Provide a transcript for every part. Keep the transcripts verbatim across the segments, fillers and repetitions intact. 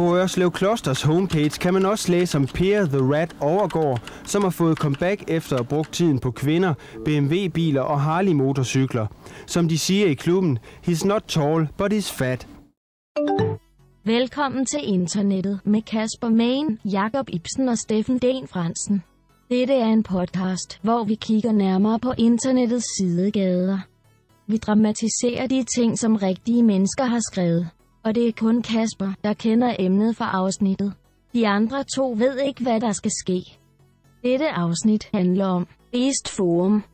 På Ørslev Klosters homepage kan man også læse om Per The Rat Overgaard, som har fået comeback efter at have brugt tiden på kvinder, B M W-biler og Harley-motorcykler. Som de siger i klubben, he's not tall, but he's fat. Velkommen til internettet med Kasper Main, Jakob Ibsen og Steffen Den Fransen. Dette er en podcast, hvor vi kigger nærmere på internettets sidegader. Vi dramatiserer de ting, som rigtige mennesker har skrevet. Og det er kun Kasper, der kender emnet for afsnittet. De andre to ved ikke, hvad der skal ske. Dette afsnit handler om Beast Forum.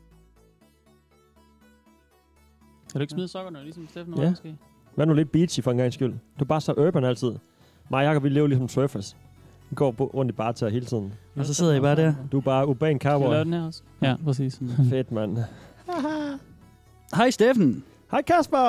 Kan du ikke smide sokkerne, ligesom Steffen? Ja. Måske? Hvad nu lidt beachy for en gang skyld? Du er bare så urban altid. Mig og Jacob, vi lever ligesom surfers. Vi går rundt i barter hele tiden. Og så sidder I bare der. Du er bare urban cowboy. Skal vi lave den her også? Ja, præcis. Fedt, mand. Hej Steffen. Hej Kasper.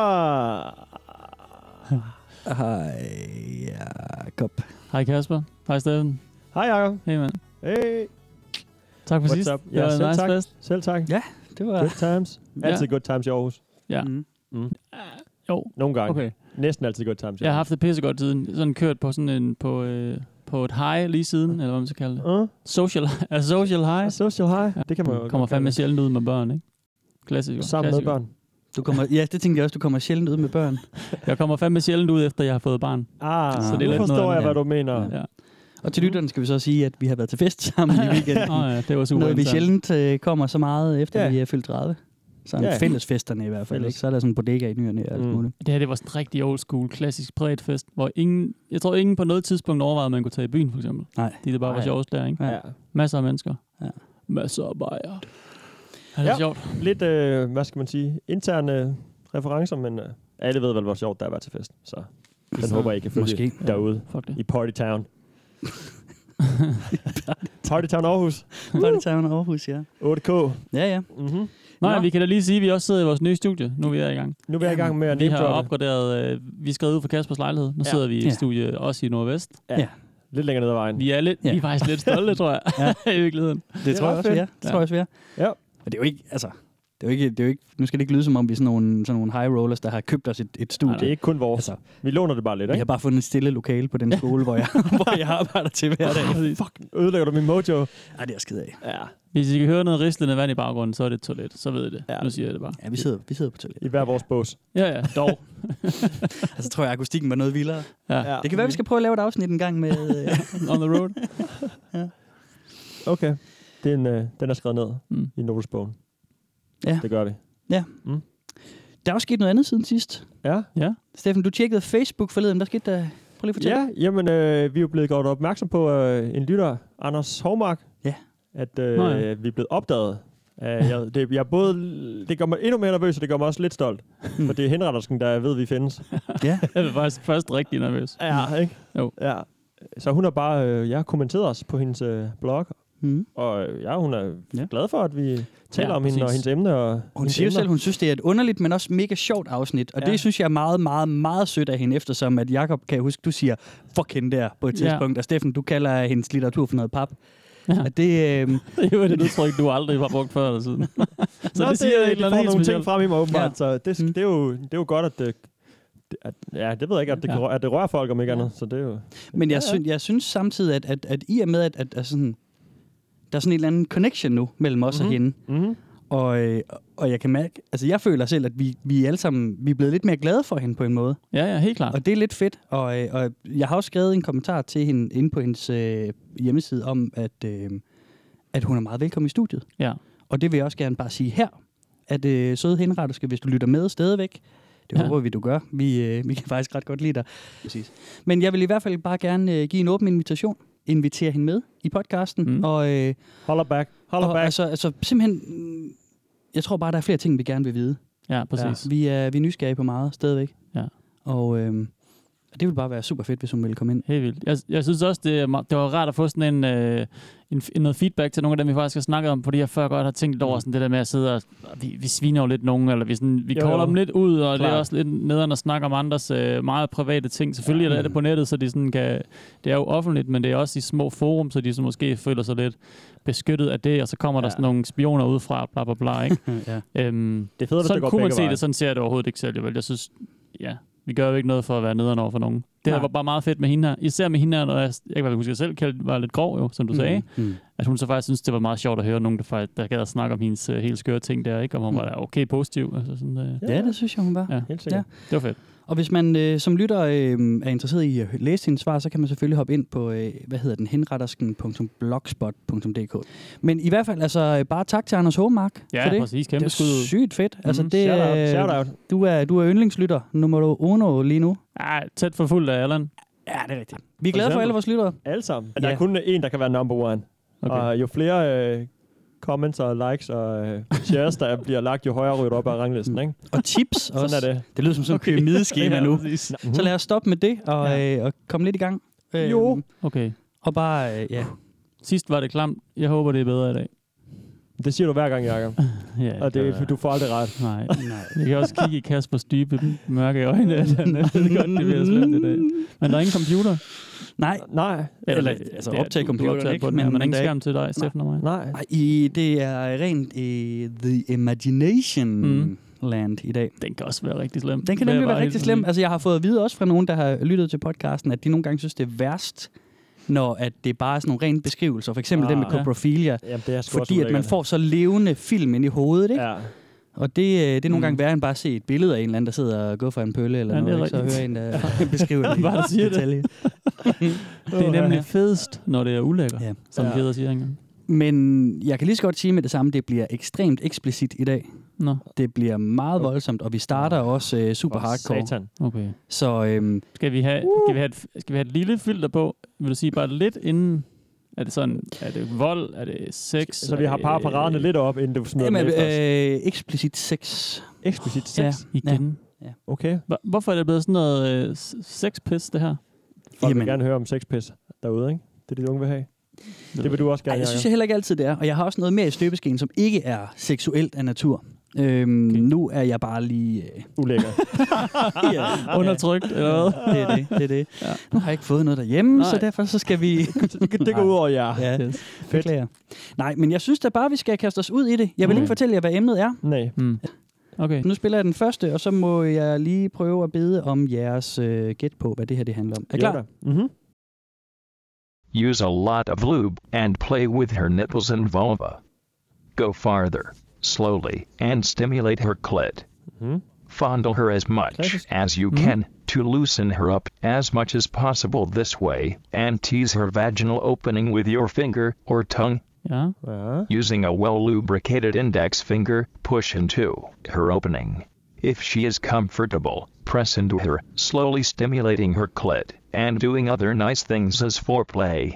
Hej Jacob. Hej Kasper. Hej Steffen. Hej Jacob. Hey mand. Hey. Tak for What's sidst. Up? Det var Ja, en selv nice tak. fest. Selv tak. Ja, det var... Good times. Altid good times i Aarhus. Ja. Mm. Mm. Jo. Nogle gange. Okay. Næsten altid good times i Jeg har Aarhus. haft det pissegodt siden. Sådan kørt på sådan en, på, øh, på et high lige siden, eller hvad man skal kalde det. Uh. Social, a social high. Social high. Ja. Det kan man jo Kommer godt fandme kalde sjældent ud med børn, ikke? Klassiker. sammen Klassiker. med børn. Du kommer, ja, det tænkte jeg også. Du kommer sjældent ud med børn. Jeg kommer fandme sjældent ud, efter jeg har fået barn. Ah, Så så det er det nu lidt forstår noget jeg, andet. hvad du mener. Ja. Og til lytterne skal vi så sige, at vi har været til fest sammen i weekenden. Åh ja, det var super Noget vi internt. sjældent øh, kommer så meget efter, Ja. vi er fyldt tredive. Sådan Ja. fællesfesterne i hvert fald. Fælles. Ikke? Så er der sådan en bodega i nyerne og alt Mm. muligt. Det her, det var sådan en rigtig old school, klassisk privatfest, hvor ingen, jeg tror ingen på noget tidspunkt overvejede, at man kunne tage i byen, for eksempel. Nej. Fordi det bare var Nej. sjovt der, ikke? Ja. Ja. Masser af mennesker. Ja. Masser af bajer. Ja, det er Ja. sjovt. Lidt, øh, hvad skal man sige, interne referencer, men øh, alle ved vel, hvor sjovt der er at være til fest. Så den Så håber jeg, I kan følge måske. derude Fuck det. i Party Town. Party Town Aarhus. Party Town Aarhus, ja. otte K. Ja, ja. Mm-hmm. Nej, Nå. vi kan da lige sige, at vi også sidder i vores nye studie. Nu er vi er i gang. Nu er vi i gang med at Vi har name-droppe. opgraderet, øh, vi er skrevet ud fra Kaspers lejlighed. Nu Ja. sidder vi i Ja. et studie også i Nordvest. Ja. Lidt længere ned ad vejen. Vi er, lidt, Ja. vi er faktisk lidt stolte, tror jeg, Ja. i virkeligheden. Det, Det tror er jeg også, vi er. Det Ja. tror jeg også, vi er. Ja. Og det er jo ikke, altså... Det er jo ikke, det er jo ikke, nu skal det ikke lyde som om, vi er sådan nogle, sådan nogle high rollers, der har købt os et, et studie. Det er ikke kun vores. Altså, Vi låner det bare lidt, vi ikke? har bare fundet et stille lokale på den skole, hvor jeg, hvor jeg arbejder til hver dag. Fuck, ødelægger du min mojo? Ej, det er jeg skid af. Ja. Hvis I kan høre noget rislende vand i baggrunden, så er det et toilet. Så ved I det. Ja. Nu siger jeg det bare. Ja, vi sidder, vi sidder på toilet. I hver vores bås. Ja, ja, dog. Altså, tror jeg, akustikken var noget vildere. Ja. Ja. Det kan være, vi skal prøve at lave et afsnit en gang med... øh, On the road. Okay. Den, øh, den er skrevet ned Mm. i notesbogen. Ja. Det gør vi. Der er også sket noget andet siden sidst. Ja. Ja. Steffen, du tjekkede Facebook forleden. Der skete der... Prøv lige at fortælle. Ja, jamen, øh, vi er jo blevet gjort opmærksom på øh, en lytter, Anders Hovmark, Ja. at øh, Nå ja. vi er blevet opdaget. Uh, jeg, det, jeg er både, det gør mig endnu mere nervøs, og det gør mig også lidt stolt. For det er henrettersken, der ved, vi findes. Ja. Jeg er faktisk først rigtig nervøs. Ja, ikke? Jo. Ja. Så hun har bare øh, ja, kommenteret os på hendes øh, blog, Mm. og øh, ja, hun er Ja. ja. glad for, at vi taler Ja, om hende og præcis. hendes emne. Og Hun hendes siger jo emner. selv, hun synes, det er et underligt, men også mega sjovt afsnit. Og Ja. det synes jeg er meget, meget, meget sødt af hende, eftersom at Jakob, kan jeg huske, du siger, fuck hende der på et Ja. tidspunkt. Og Steffen, du kalder hendes litteratur for noget pap. Ja. At det, øh, Det er jo et udtryk, du aldrig har brugt før eller siden. så Nå, det siger et det eller får andet helt nogle ting specielt. frem i mig, åbenbart. Ja. Ja. Så det, Mm. det, er jo, det er jo godt, at det, at, ja, det ved jeg ikke, at det, Ja. ja. at det rører folk om ikke Ja. andet. Så det er jo... men jeg, Ja, ja. synes, jeg synes samtidig, at, at, at i og med, at, at, at sådan, der er sådan en eller anden connection nu mellem os mm-hmm. og hende. Mm-hmm. Og, øh, og jeg kan mærke, altså jeg føler selv, at vi, vi alle sammen, vi er blevet lidt mere glade for hende på en måde. Ja, ja, helt klart. Og det er lidt fedt. Og, øh, og jeg har også skrevet en kommentar til hende inde på hendes øh, hjemmeside om, at, øh, at hun er meget velkommen i studiet. Ja. Og det vil jeg også gerne bare sige her, at øh, søde henretterske, hvis du lytter med stadigvæk, det Ja. håber vi, du gør. Vi, øh, vi kan faktisk ret godt lide dig. Præcis. Men jeg vil i hvert fald bare gerne øh, give en åben invitation. Invitere hende med i podcasten. Mm. Og, øh, Holler back. Holler og back. altså, altså simpelthen, mm, jeg tror bare, der er flere ting, vi gerne vil vide. Ja, præcis. Vi er, vi er nysgerrige på meget stadigvæk. Ja. Og øh, det vil bare være super fedt, hvis hun ville komme ind. Helt vildt. Jeg, jeg synes også, det, er me- det var rart at få sådan en, øh, en, en noget feedback til nogle af dem, vi faktisk har snakket om, fordi jeg før godt har tænkt lidt over sådan det der med at sidde og... Vi, vi sviner jo lidt nogen, eller vi, sådan, vi Jo, kolder jo. dem lidt ud, og Klar. det er også lidt nederen at snakke om andres øh, meget private ting. Selvfølgelig Ja. er det på nettet, så de sådan kan... Det er jo offentligt, men det er også i små forum, så de så måske føler sig lidt beskyttet af det, og så kommer ja. der Ja. sådan nogle spioner udefra, bla bla bla, ikke? ja. øhm, Det er fedt, at det sådan går kunne man begge se veje. det, sådan ser jeg det overhovedet ikke selv. Vel? Jeg synes, ja, vi gør jo ikke noget for at være nederen over for nogen. Det Nej. var bare meget fedt med hende her. Især med hende her, når jeg, jeg kan huske, jeg selv kaldte, var lidt grov jo, som du Mm. sagde. Mm. At hun så faktisk synes, det var meget sjovt at høre nogen, der, faktisk, der gad at snakke om hendes uh, helt skøre ting der, ikke? Og hun Mm. var da okay positiv. Altså sådan, uh, Ja, det synes jeg, hun var. ja, Helt sikkert. Ja. det var fedt. Og hvis man øh, som lytter øh, er interesseret i at læse hendes svar, så kan man selvfølgelig hoppe ind på, øh, hvad hedder den, henrettersken punktum blogspot punktum d k. Men i hvert fald, altså bare tak til Anders Hågemark Ja, for det. præcis. Det Kæmpe er skud. sygt fedt. Altså, Mhm. det, Shout out, øh, shout out. Du er, du er yndlingslytter nummer uno lige nu. Ja, tæt for fuld af Allan. Ja, det er rigtigt. Vi er glade for eksempel. alle vores lyttere. Alle sammen. Der Ja. er kun en, der kan være number one. Okay. Og jo flere øh, comments og likes og øh, shares, der bliver lagt, jo højere ryger du op ad ranglisten, ikke? Og tips også. Sådan er det. Det lyder som sådan et pyramideskema Ja, nu. præcis. Mhm. Så lad os stoppe med det og, Ja. øh, og komme lidt i gang. Øh, Jo. Okay. Og bare, øh, ja. Sidst var det klamt. Jeg håber, det er bedre i dag. Det siger du hver gang, Jacob. Ja, Og det, du får aldrig ret. Nej. Nej. Jeg kan også kigge i Kaspers dybe, mørke øjne. Jeg ved godt, det bliver slemt i dag. Men der er ingen computer. Nej, Nej. Eller, altså, optage computeren, computeren, ikke? på den, Men- men, men men ingen der er skærm til dig, Steffen og mig. Nej. Ej, i, det er rent i The Imagination Mm. Land i dag. Den kan også være rigtig slem. Den kan Det er nemlig være bare rigtig helt slem. vildt. Altså, jeg har fået at vide også fra nogen, der har lyttet til podcasten, at de nogle gange synes, det er værst, når at det bare er sådan nogle rene beskrivelser. For eksempel Ah, den med ja. coprofilia. Jamen, det er sgu også Fordi at man ulækkert. får så levende film ind i hovedet, ikke? Ja. Og det, øh, det er nogle Mm. gange værre end bare at se et billede af en eller anden, der sidder og går for en pølle eller Ja, det er noget. Ikke? Så rigtigt. hører en, der beskriver det. i Bare der siger det. detalje. Det er nemlig fedest, når det er ulækker, Ja. som Ja. Peder siger engang. Men jeg kan lige så godt sige med det samme, det bliver ekstremt eksplicit i dag. Nå, Det bliver meget voldsomt, og vi starter også øh, super For hardcore. Satan. okay. Så øhm, Skal vi, have, skal, vi have et, skal vi have et lille filter på? Vil du sige bare lidt inden? Er det sådan, er det vold? Er det sex? Så vi har Er bare det- paraderne lidt op, inden du smider jamen, dem efter os. øh, eksplicit sex. Eksplicit sex. Ja. Igen. Okay. Hvor- Hvorfor er det blevet sådan noget øh, s- sexpis, det her? Folk Jamen. vil gerne høre om sexpis derude, ikke? Det er det, de unge vil have. Det vil du også Ej, gerne, jeg synes Jacob. jeg heller ikke altid, det er. Og jeg har også noget mere i støbeskeen, som ikke er seksuelt af natur. Øhm, Okay. Nu er jeg bare lige... Øh, Ulækker. ja, Undertrykt, eller hvad? det er det, det er det. Ja. Nu har jeg ikke fået noget derhjemme, Nej. så derfor så skal vi... det går ud over jer. Ja, Yes. beklager. Nej, men jeg synes da bare, vi skal kaste os ud i det. Jeg vil Okay. ikke fortælle jer, hvad emnet er. Nej. Mm. Okay. Nu spiller jeg den første, og så må jeg lige prøve at bede om jeres øh, gæt på, hvad det her det handler om. Er I klar? Mhm. Use a lot of lube and play with her nipples and vulva. Go farther, slowly, and stimulate her clit. Mhm. Fondle her as much Klassisk. as you Mhm. can to loosen her up as much as possible this way, and tease her vaginal opening with your finger or tongue. Ja. Ja. Using a well-lubricated index finger, push into her opening. If she is comfortable, press into her, slowly stimulating her clit, and doing other nice things as foreplay.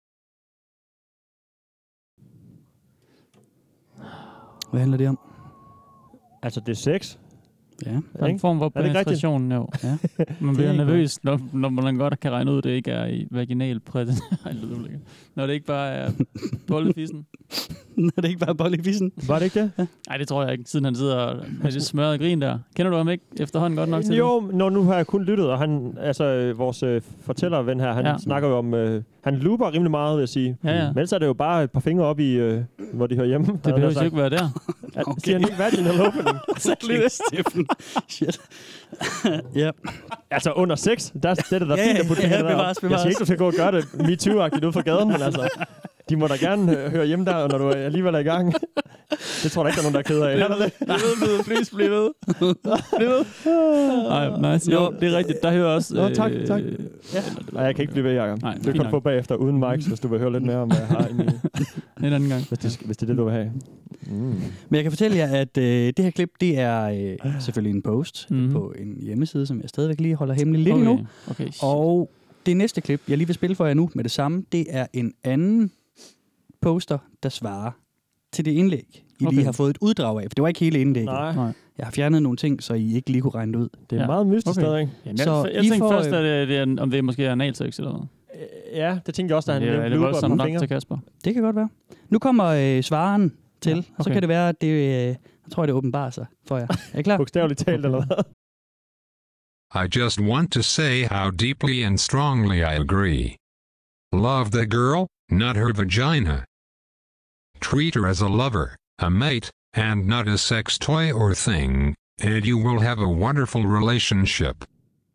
Hvad handler det om? Altså, det er sex. Ja. Der er en form for Er det ikke rigtigt? penetration, jo. Ja. Man bliver Det er ikke nervøs, når, når man godt kan regne ud, at det ikke er i vaginal penetration. Når det ikke bare er bollefissen. Når det ikke bare er bolle i fissen. Var det ikke det? Nej, det tror jeg ikke, siden han sidder med det smørrede grin der. Kender du ham ikke efterhånden godt nok til Jo, når nu har jeg kun lyttet, og han, altså øh, vores øh, fortællerven her, han Ja. ja. snakker jo om, øh, han looper rimelig meget, vil jeg sige. Ja, ja. Men så er det jo bare et par fingre op i, øh, hvor de hører hjemme. Det behøver jo ikke være der. At, Okay. Siger han ikke vaginal opening? Okay, Steffen. Shit. ja. Altså under sex, der, det er det da Ja, fint at putte ja, fingrene derop. bevares, Jeg bevares. siger ikke, du skal gå og gøre det MeToo-agtigt ud fra gaden, men altså, de må da gerne øh, høre hjemme der, når du alligevel er i gang. Det tror jeg ikke, der er nogen, der er ked af. Er der det? Bliv ved, Bliv, please, bliv ved. Bliv ved. Nej, nice. Jo, det er rigtigt. Der hører også... Nå, tak, tak. Ja. Nej, jeg kan ikke blive ved, Jacob. Nej, Det fint kan du nok. få bagefter uden mics, hvis du vil høre lidt mere om, hvad jeg har inde i, En anden gang. hvis det, hvis det er det, du vil have. Mm. Men jeg kan fortælle jer, at øh, det her klip, det er øh, selvfølgelig en post Mhm. mm-hmm. på en hjemmeside, som jeg stadigvæk lige holder hemmeligt lidt Okay. endnu. Okay. Og det næste klip, jeg lige vil spille for jer nu med det samme, det er en anden poster, der svarer til det indlæg, I Okay. lige har fået et uddrag af. For det var ikke hele indlægget. Nej, Nej. Jeg har fjernet nogle ting, så I ikke lige kunne regne det ud. det er Ja. meget mystisk Okay. stadig. Jamen, Så jeg, jeg I tænkte får, først, øh, at det, det er, om det måske er analsex eller noget. Øh, Ja, det tænkte jeg også, da han Det er, er nævnte det looper voldsomt på nok fingre. til Kasper? Det kan godt være. Nu kommer øh, svaren til, Ja, ja, okay. okay. Så kan det være, at det, øh, jeg tror, det åbenbarer sig for jer. Er I klar? Bogstaveligt talt, eller hvad? I just want to say how deeply and strongly I agree. Love the girl, not her vagina. Treat her as a lover, a mate, and not a sex toy or thing, and you will have a wonderful relationship.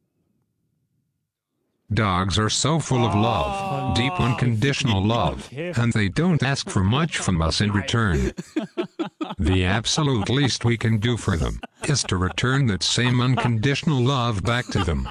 Dogs are so full of love, deep unconditional love, and they don't ask for much from us in return. The absolute least we can do for them is to return that same unconditional love back to them.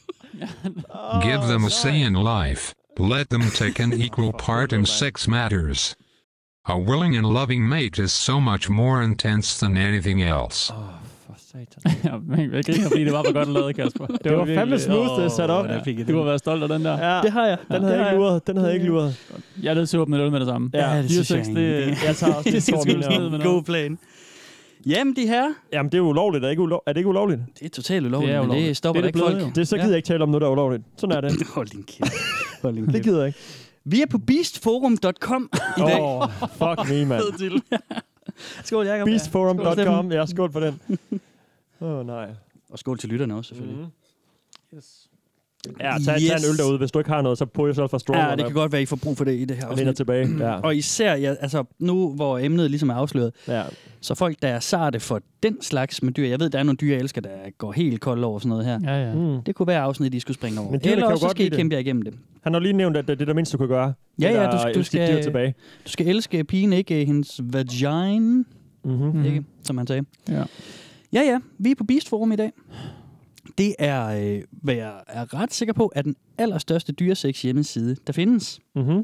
Give them a say in life. Let them take an equal part in sex matters. A willing and loving mate is so much more intense than anything else. Ja, men jeg griner, fordi det var for godt lavet, Kasper. Det, Det var fandme smooth, det er sat op. Ja, du har været stolt af den der. Ja, Det har jeg. den havde jeg ikke luret. Den havde jeg ikke luret. Jeg er nødt til at åbne et øl med det samme. Ja, det synes jeg Dyresex, egentlig. det, Jeg tager også det det skal for skyldes ned med mine. noget. God plan. Jamen, de her. Jamen, det er jo ulovligt. Er det ikke, ulo- er det ikke ulovligt? Det er totalt ulovligt, Det er men det ulovligt. stopper Det er der det ikke blevet, folk. Det så gider jeg ikke tale om noget, der er ulovligt. Sådan er det. Hold din kæft. Hold din Det kæft. gider jeg ikke. Vi er på beastforum punktum com i dag. Åh, oh, fuck me, mand. Skål, Jacob. beastforum punktum Skål, com. Ja, skål for den. Åh, oh, nej. Og skål til lytterne også, selvfølgelig. Mm. Ja, tag, tag en Yes. øl derude. Hvis du ikke har noget, så på yourself for strong. Ja, det kan godt være, I får brug for det i det her Og læner afsnit. tilbage. Ja. Og især, ja, altså, nu hvor emnet ligesom er afsløret, ja. så folk, der er sarte for den slags med dyr, jeg ved, der er nogle dyr, jeg elsker, der går helt kold over sådan noget her. Ja, ja. Mm. Det kunne være afsnit, de skulle springe over. Men dyrene Eller kan jo også, så godt skal I lide det. kæmpe jer igennem det. Han har lige nævnt, at det er det der mindste, du kan gøre. Ja, Det ja, er du, at du, elske dit dyr skal, tilbage. du skal elske pigen, ikke hendes vagina, Mm-hmm. Mm. ikke, som han sagde. Ja. Ja, ja, vi er på Beast Forum i dag. Det er, øh, hvad jeg er ret sikker på, er den allerstørste dyresex hjemmeside, der findes. Mm-hmm.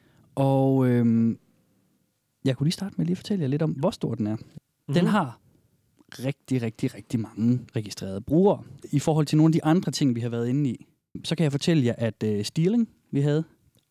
Og øh, jeg kunne lige starte med at lige fortælle jer lidt om, hvor stor den er. Mm-hmm. Den har rigtig, rigtig, rigtig mange registrerede brugere. I forhold til nogle af de andre ting, vi har været inde i, så kan jeg fortælle jer, at øh, Stealing, vi havde,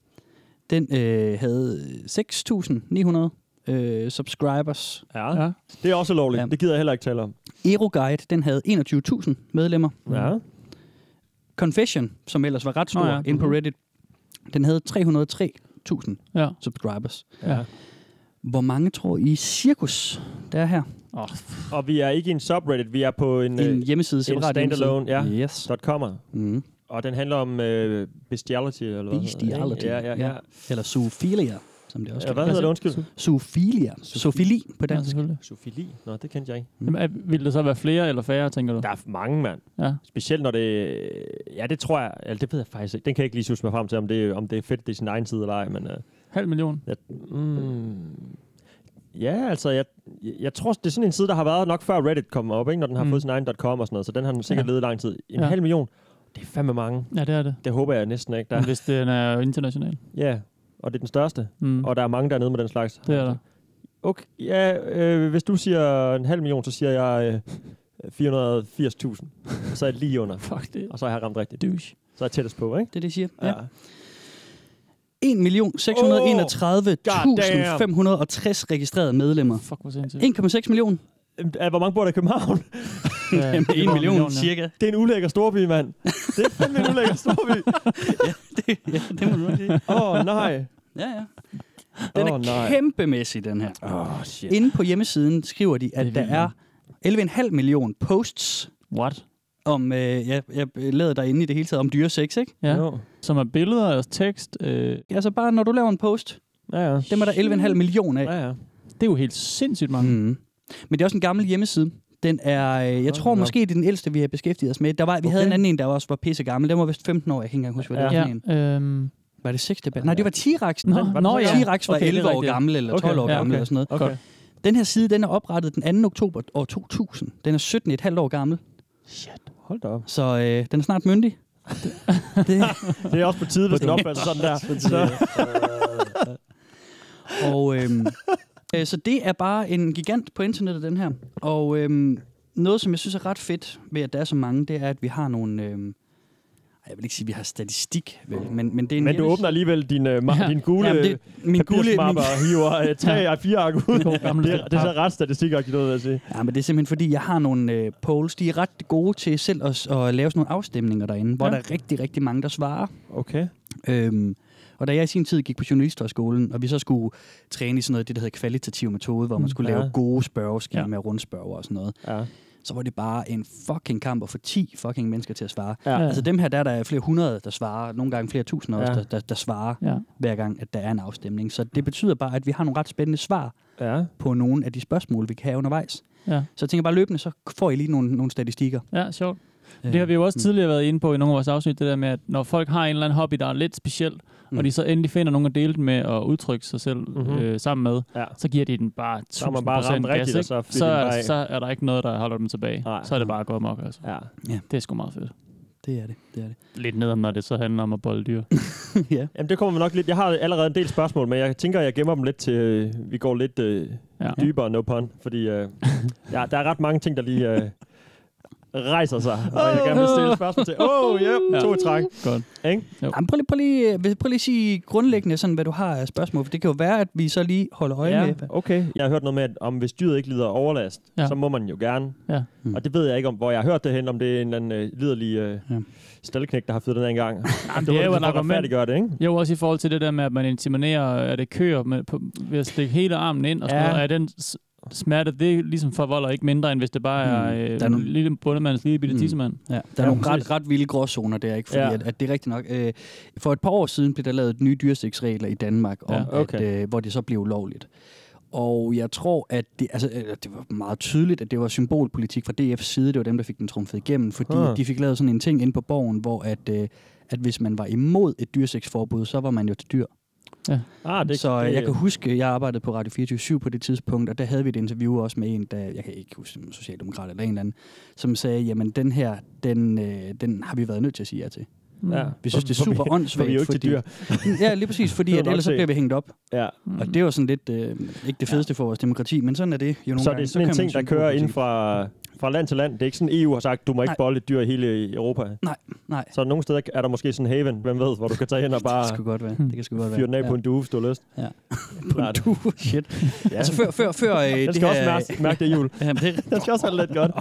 den øh, havde seks tusind ni hundrede øh, subscribers. Ja. Ja. Det er også lovligt. Ja. Det gider jeg heller ikke tale om. Eroguide, den havde enogtyve tusind medlemmer. Ja. Confession, som ellers var ret stor Nå oh, ja. ja. inde på Reddit, den havde tre hundrede og tre tusind Ja. subscribers. Ja. Hvor mange tror I cirkus, der er her? Oh, Og vi er ikke i en subreddit. Vi er på en, En en hjemmeside, separat standalone, hjemmeside. ja. Yes. .com'er. Mm. Og den handler om øh, bestiality, eller hvad? Bestiality. Ja, ja, ja. Eller zoophilia, som det også ja kaldes. hvad hedder det, undskyld? Zoophilia. Zoofili på ja, dansk. selvfølgelig. Sofili? Nå, det kendte jeg ikke. Jamen, er- vil det så være flere eller færre, tænker du? Der er mange, mand. Ja. Specielt når det... Ja, det tror jeg... Eller det ved jeg faktisk ikke. Den kan jeg ikke lige synes mig frem til, om det, om det er fedt, det er sin egen side eller ej, men... Øh, Halv million. jeg, mm, ja, altså, jeg, jeg tror, det er sådan en side, der har været nok før Reddit kom op, ikke? Når den har Mm. mm. fået sin egen .com og sådan noget, så den har den sikkert Ja. levet lang tid. En Ja. halv million, det er fandme mange. Ja, det er det. Det håber jeg næsten ikke, der Men hvis den er international. Ja, og det er den største. Mm. Og der er mange dernede med den slags. Det er der. Okay, ja, øh, hvis du siger en halv million, så siger jeg øh, fire hundrede og firs tusind. Så er jeg lige under. Fuck det. Og så har jeg ramt rigtigt. Douche. Så er jeg tættest på, ikke? Det er det, jeg siger. Ja. Ja. en million seks hundrede og enogtredive tusind fem hundrede og tres registrerede medlemmer. Fuck, hvor sindssygt. en komma seks millioner. Øh, Hvor mange bor der i København? Ja, en det var million, ja. cirka. Det er en ulækker storby, mand. Det er fandme en ulækker storby. det, ja, det må du nok sige. Åh, oh, nej. Ja, ja. Den er Åh, nej. kæmpemæssig, den her. Åh, oh, shit. Inde på hjemmesiden skriver de, at Det der er vildt, er elleve komma fem million posts What? om, øh, jeg, jeg lavede derinde i det hele taget, om dyresex, ikke? Ja. Jo. Som er billeder og tekst. Øh, Altså bare, når du laver en post, Ja, ja. dem er der elleve komma fem million af. Ja, ja. det er jo helt sindssygt mange. Mm. Men det er også en gammel hjemmeside. Den er, øh, jeg tror nå. måske, det er den ældste, vi har beskæftiget os med. Der var, vi okay. havde en anden en, der også var pisse gammel. Den var vist femten år, jeg kan ikke engang huske, hvad det Ja. var for en. Ja, øhm, Var det seks debat? Nej, det var T-Rex. Nå, Den- nå, ja. T-Rex var Okay, det er elleve år rigtigt. gammel, eller Okay, tolv år ja, gammel, okay. eller sådan noget. Okay. Godt. Den her side, den er oprettet den anden oktober år to tusind. Den er sytten komma fem år gammel. shit. Hold da op. Så øh, den er snart myndig. det, Det er også på tide, hvis den opfører sig sådan der. Så. og øhm, øh, så det er bare en gigant på internettet, den her. Og øhm, noget, som jeg synes er ret fedt ved, at der er så mange, det er, at vi har nogle... Øhm, jeg vil ikke sige, at vi har statistik, vel, men, men det er en Men du hjemmes- åbner alligevel din, uh, ma- Ja. din gule Jamen, det, min gule, min, papirsmapper og hiver uh, tre og fire ark ud. God gammel Det, er- det er så ret statistikagtigt ud, vil jeg sige. ja, men det er simpelthen fordi, jeg har nogle øh, polls, de er ret gode til selv at, at lave sådan nogle afstemninger derinde, hvor Ja. der er rigtig, rigtig mange, der svarer. Okay. Øhm, og da jeg i sin tid gik på journalisthøjskolen, og vi så skulle træne i sådan noget, det der hedder kvalitativ metode, hvor man skulle Ja. lave gode spørgeskemaer, Ja. rundspørger og sådan noget, Ja. så var det bare en fucking kamp at få ti fucking mennesker til at svare. Ja. Ja. Altså dem her, der er der flere hundrede, der svarer, nogle gange flere tusind også, Ja. der, der, der svarer Ja. hver gang, at der er en afstemning. Så det betyder bare, at vi har nogle ret spændende svar Ja. på nogle af de spørgsmål, vi kan have undervejs. Ja. Så jeg tænker bare løbende, så får I lige nogle, nogle statistikker. Ja, sjovt. Det har vi jo også tidligere været inde på i nogle af vores afsnit, det der med, at når folk har en eller anden hobby, der er lidt speciel, mm. og de så endelig finder nogen at dele den med at udtrykke sig selv mm-hmm. øh, sammen med, ja. så giver de den bare tusind procent gas, rigtigt, så, så, er, så er der ikke noget, der holder dem tilbage. Nej. Så er det bare at gå amok, altså. Ja. Ja. Det er sgu meget fedt. Det er det, det er det. Lidt nedom, når det så handler om at bolde dyr. ja. Jamen, det kommer vi nok lidt. Jeg har allerede en del spørgsmål, men jeg tænker, jeg gemmer dem lidt til, øh, vi går lidt øh, ja. dybere, no pun. Fordi øh, ja, der er ret mange ting, der lige øh, rejser sig, og jeg gerne vil stille spørgsmål til. Åh, oh, yep, ja. to i træk. Godt. Jamen, prøv, lige, prøv, lige, prøv lige at sige grundlæggende, sådan, hvad du har af spørgsmål, for det kan jo være, at vi så lige holder øje ja, med. Okay, jeg har hørt noget med, at om hvis dyret ikke lider overlast, ja. så må man jo gerne. Ja. Mm. Og det ved jeg ikke, om hvor jeg har hørt det hen, om det er en eller anden øh, liderlig øh, ja. staldeknægt, der har fyret den her engang. Jamen, det er jo en argument. Det, ikke? Jo, også i forhold til det der med, at man intimiderer, at det kører med, på, ved at stikke hele armen ind, og sådan ja. noget. Er den smerte, det ligesom forvolder ikke mindre, end hvis det bare er, øh, der er nogle lille bundemands lille bitte mm. tissemand. Ja, der er ja, nogle ret, ret vilde gråzoner der, ikke? Fordi ja. at, at det er rigtigt nok. Øh, for et par år siden blev der lavet nye dyrestiksregler i Danmark, om ja, okay. at, øh, hvor det så blev ulovligt. Og jeg tror, at det, altså, det var meget tydeligt, at det var symbolpolitik fra D F's side. Det var dem, der fik den trumfet igennem, fordi ah. de fik lavet sådan en ting inde på Borgen, hvor at, øh, at hvis man var imod et dyrseksforbud, så var man jo til dyr. Ja. Ah, det, så det, jeg kan huske, jeg arbejdede på Radio fireogtyve syv på det tidspunkt, og der havde vi et interview også med en, der, jeg kan ikke huske, en socialdemokrat eller en eller anden, som sagde, jamen den her, den, øh, den har vi været nødt til at sige ja til. Ja. Vi synes, det er super åndssvagt. Vi er jo ikke fordi, dyr. ja, lige præcis, fordi at ellers så bliver vi hængt op. Ja. Og det er jo sådan lidt, øh, ikke det fedeste ja. for vores demokrati, men sådan er det jo nogle så gange. Så det er sådan en ting, der kører inden fra, fra land til land. Det er ikke sådan, E U har sagt, du må ikke bolde et dyr i hele Europa. Nej, nej. Så nogle steder er der måske sådan en haven, hvem ved, hvor du kan tage hen og bare det kan godt være. Det kan sgu godt være. fyre den af ja. på en due, hvis du har lyst. Ja. På en due? Shit. Ja. Altså før, før, før øh, den skal også mærke, mærke det jul. Den skal også have det lidt godt.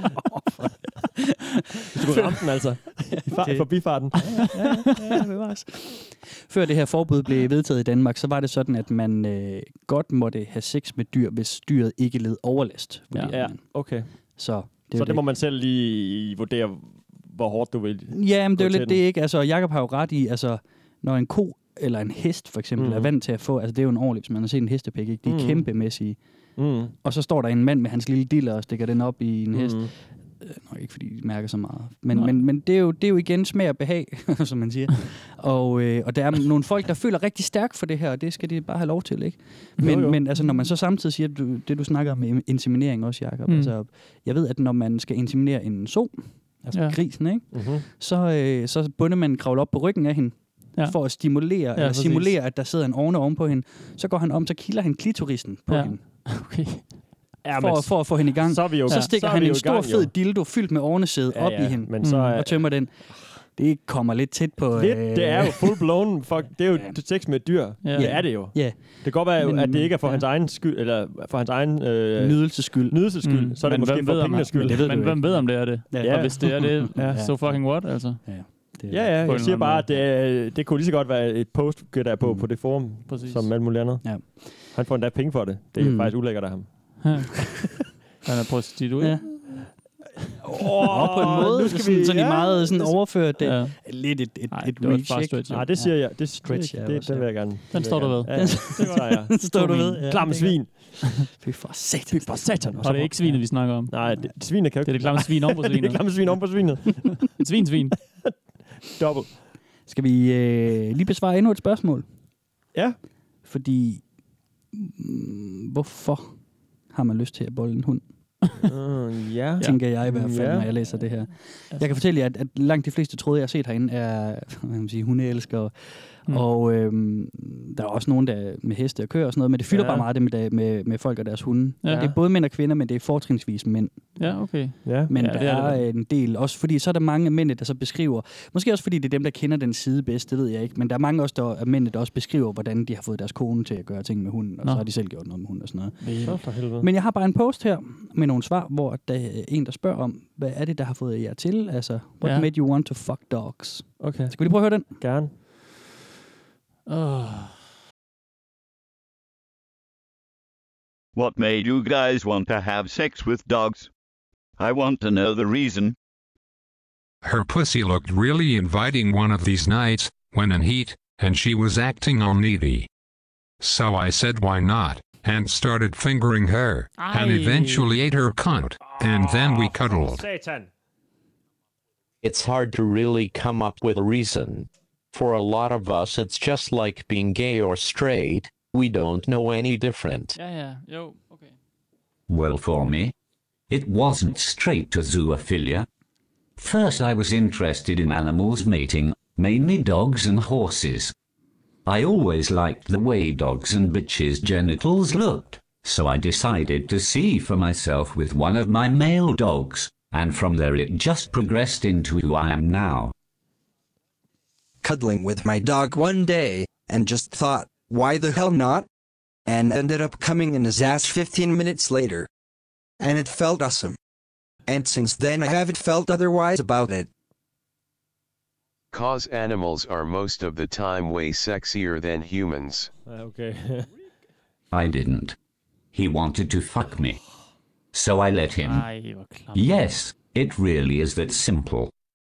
Hvis du kunne ramme den altså. I far, forbifarten. ja, ja, ja, det var før det her forbud blev vedtaget i Danmark, så var det sådan, at man øh, godt måtte have sex med dyr, hvis dyret ikke led overlast. Ja, ja okay. Så det, så det, det må man selv lige vurdere, hvor hårdt du vil. Ja, men det er jo lidt det, ikke? Altså, Jakob har jo ret i, altså, når en ko eller en hest for eksempel mm. er vant til at få, altså det er jo en overlevelse, hvis man har set en hestepæk, ikke? De er mm. kæmpemæssige. Mm. Og så står der en mand med hans lille diller og stikker den op i en hest. Mm. Nå, ikke fordi de mærker så meget. Men, men, men det, er jo, det er jo igen smag og behag, som man siger. og, øh, og der er nogle folk, der føler rigtig stærkt for det her, og det skal de bare have lov til, ikke? Men, jo, jo. men altså, når man så samtidig siger, du, det du snakker om inseminering også, Jacob. Mm. Altså, jeg ved, at når man skal inseminere en so, altså ja. grisen, ikke? Mm-hmm. Så, øh, så bunder man kravle op på ryggen af hende, ja. for at stimulere, ja, eller simulere, at der sidder en ovne oven på hende. Så går han om, så kilder han klitorisen på ja. hende. Okay. Ja, for, for at få hende i gang. Så, vi jo, så stikker så han en gang, stor, fed dildo fyldt med ovnesæde ja, op ja, i hende men så, mm. og tømmer den. Det kommer lidt tæt på... Lidt, øh... Det er jo full blown. Fuck, det er jo ja. sex med et dyr. Ja. Det er det jo. Ja. Det kan godt være, men, at det ikke er for ja. hans egen skyld, eller for hans egen... Øh, nydelseskyld. Nydelseskyld. Mm. Så er det men måske for pengenes skyld. Men, men hvem ved, om det er det? Ja. Ja. Og hvis det er det, ja. so fucking what, altså? Ja. Det ja, ja, jeg siger bare, at det, det kunne lige så godt være et post, der på, mm. på det forum, præcis. Som alt muligt andet. Ja. Han får endda penge for det. Det er mm. faktisk ulækkert af ham. Han er prostitueret. Ja. Oh, og på en måde, nu skal sådan, vi, sådan ja, i meget sådan overført det. Ja. Lidt et, et, Ej, et reach, ikke? Nej, det siger jeg. Det, stretch, det, det, det, det vil jeg gerne. Den står du ved. Ja, det tager jeg. Den står du ved. Ja, klamme svin. Fy for satan. Fy for satan. Og det er ikke svinet, vi snakker om. Nej, det, svinet kan jo ikke. Det er det klamme svin om på svinet. Det er det klamme svin om på svinet. Et svinsvin. Dobbelt. Skal vi øh, lige besvare endnu et spørgsmål? Ja. Fordi, mm, hvorfor har man lyst til at bolle en hund? Uh, ja. Tænker jeg i hvert fald, ja. når jeg læser det her. Jeg kan fortælle jer, at, at langt de fleste tråde, jeg har set herinde, er hvad man sige, hundeelskere. Mm. Og øhm, der er også nogen, der er med heste og køer og sådan noget, men det fylder ja. bare meget det med, med, med folk og deres hunde. Ja. Det er både mænd og kvinder, men det er fortrinsvis mænd. Ja, okay. Ja. Men ja, der er, er, er en del, også fordi så er der mange mænd, der så beskriver, måske også fordi det er dem, der kender den side bedst, det ved jeg ikke, men der er mange også der er mænd, der også beskriver, hvordan de har fået deres kone til at gøre ting med hunden, og Nå. så har de selv gjort noget med hunden og sådan noget. Så for helvede. Men jeg har bare en post her med nogle svar, hvor der er en, der spørger om, hvad er det, der har fået jer til? Altså, what ja. made you want to fuck dogs? Okay. Skal vi lige prøve at høre den? Gerne. Oh. What made you guys want to have sex with dogs? I want to know the reason. Her pussy looked really inviting one of these nights, when in heat, and she was acting all needy. So I said why not, and started fingering her, Aye. and eventually ate her cunt, and then we cuddled. Satan. It's hard to really come up with a reason. For a lot of us, it's just like being gay or straight. We don't know any different. Ja, ja. Jo, okay. Well, for me, it wasn't straight to zoophilia. First, I was interested in animals mating, mainly dogs and horses. I always liked the way dogs and bitches' genitals looked, so I decided to see for myself with one of my male dogs, and from there it just progressed into who I am now. Cuddling with my dog one day, and just thought, why the hell not? And ended up coming in his ass fifteen minutes later. And it felt awesome. And since then I haven't felt otherwise about it. Cause animals are most of the time way sexier than humans. Okay. I didn't. He wanted to fuck me. So I let him. Ej, hvor klamt. Yes, it really is that simple.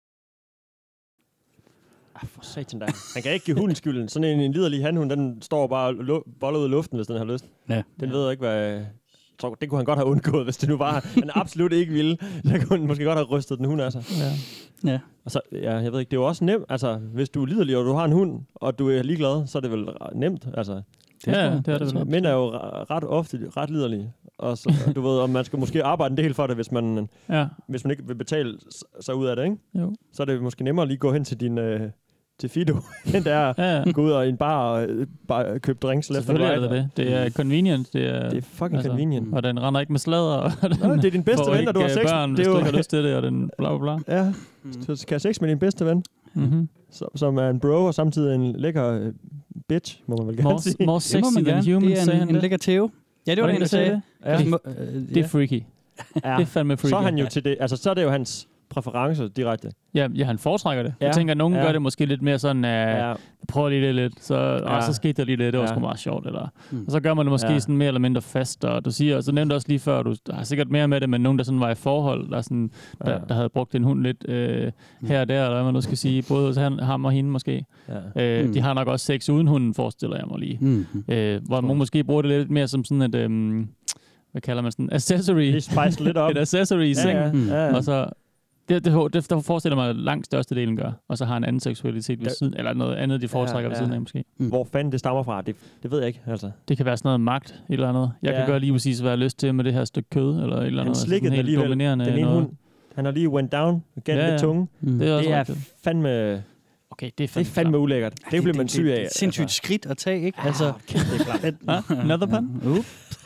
Ah, for satan da. Han kan ikke give hunden skylden. Sådan en, en liderlig hanhund, den står bare og lo- boller ud i luften, hvis den har lyst. Ja. Den ved ikke, hvad... Jeg tror, det kunne han godt have undgået, hvis det nu var, han absolut ikke ville. Så kunne han måske godt have rystet den hund af sig. Ja. Ja. Og så, ja, jeg ved ikke, det er jo også nemt. Altså, hvis du er liderlig, og du har en hund, og du er ligeglad, så er det vel nemt. Altså, det, ja, det er det vel. Mænd er jo ret ofte ret liderlige. Og så, du ved, om man skal måske arbejde en del for det, hvis man, ja. hvis man ikke vil betale sig ud af det, ikke? Jo. Så er det måske nemmere at lige gå hen til din... Øh, til Fido, end der ja, ja. Gå ud og i en bar og bare købe drinks left and right. Selvfølgelig er det det. Det er convenient. Det er, det er fucking altså, convenient. Og den render ikke med sladder. Og den Nå, det er din bedste ven, når du har sex. Børn, det hvis er du jo... ikke har lyst til det, og den bla bla bla. Ja, mm. så skal have sex med din bedste ven. Mm-hmm. Som, som er en bro, og samtidig en lækker uh, bitch, må man vel gerne more, sige. More sexy than human, det er en, en lækker tæve. Ja, det var det, han sagde. Ja. Det, det er freaky. Ja. Det er fandme freaky. Så er han jo til det, altså så er det jo hans præferencer direkte. Ja, ja, han foretrækker det. Ja. Jeg tænker, at nogen ja. gør det måske lidt mere sådan, uh, ja. prøver lige det lidt, så, ja. og så skete der lige det, det var ja. sgu meget sjovt. Eller. Mm. Og så gør man det måske ja. sådan mere eller mindre fast, og du siger, og så nævnte også lige før, du har sikkert mere med det, men nogen, der sådan var i forhold, der, sådan, ja. der, der havde brugt en hund lidt øh, her og der, eller hvad man nu skal sige, både hos ham og hende måske. Ja. Øh, mm. De har nok også sex uden hunden, forestiller jeg mig lige. Mm. Øh, hvor man måske bruger det lidt mere som sådan et... Øh, hvad kalder man sådan? Accessory. Det spice lidt op. Et accessory i sengen. Ja, ja. Ja. Og så... Det, det, det, der forestiller mig, at langt størstedelen gør. Og så har en anden seksualitet ved siden, eller noget andet, de foretrækker ja, ja. ved siden af måske. Mm. Hvor fanden det stammer fra, det, det ved jeg ikke. Altså. Det kan være sådan noget magt, et eller andet. Jeg ja. kan gøre lige præcis, hvad jeg har lyst til med det her stykke kød, eller et eller andet. Han slikkede altså, helt dominerende. Den ene hund, han har lige went down, gennem ja, ja. lidt tunge. Mm. Det er, det er fandme... Okay, det er fandme, det er fandme ulækkert. Det, det bliver man syg af. Det er et sindssygt altså. skridt at tage, ikke? Altså, kæft, det er klart. Another pun? Ups.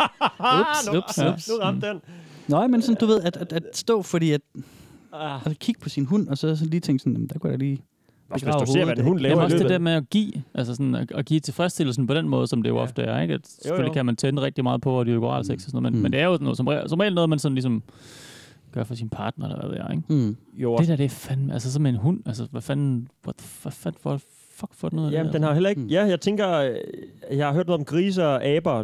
Ups, ups, ups. Nu ramte den. Nå, men sådan, du ved, at, at, at stå, fordi at... Ah. Altså kigge på sin hund, og så, så lige tænke sådan, der kunne jeg lige... Hvis du ser, hvad en hund laver. Jamen også det der med at give, altså sådan at, at give tilfredsstillelsen på den måde, som det jo ja. ofte er, ikke? At selvfølgelig jo, jo. kan man tænde rigtig meget på, at det er oral sex og sådan noget, men, mm. men det er jo noget, som, som regel noget, man sådan ligesom gør for sin partner, eller hvad det er, ikke? Mm. Jo, det der, det er fandme, altså som en hund, altså hvad fanden, hvad, hvad fanden for, fuck for noget? Jamen, der, den har heller ikke, ja, jeg tænker, jeg har hørt noget om griser og aber,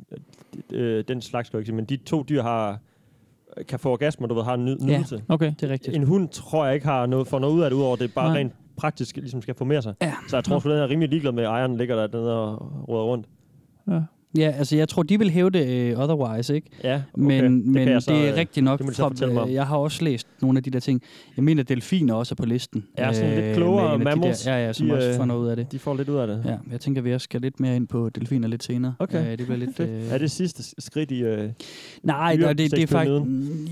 øh, den slags skal jeg ikke sige, men de to dyr har... kan få orgasmer, du ved, har en ny- nydelse. Ja, okay, det er rigtigt. En hund tror jeg ikke har noget, får noget ud af det, udover det bare Nej. rent praktisk ligesom skal formere sig. Ja. Så jeg tror sgu, den er rimelig ligeglad med, at ejeren ligger der dernede og råder rundt. Ja. Ja, altså jeg tror, de vil hæve det uh, otherwise, ikke? Ja, okay. Men, det, men det, så, det er rigtigt nok. Det fra, jeg har også læst nogle af de der ting. Jeg mener, delfiner også er på listen. Ja, sådan øh, lidt klogere mammals. De der, ja, ja, som de, også får noget ud af det. De får lidt ud af det. Ja, jeg tænker, vi også skal lidt mere ind på delfiner lidt senere. Okay. Uh, det bliver lidt... Uh, er det sidste skridt i... Uh, nej, nej, det, det er faktisk...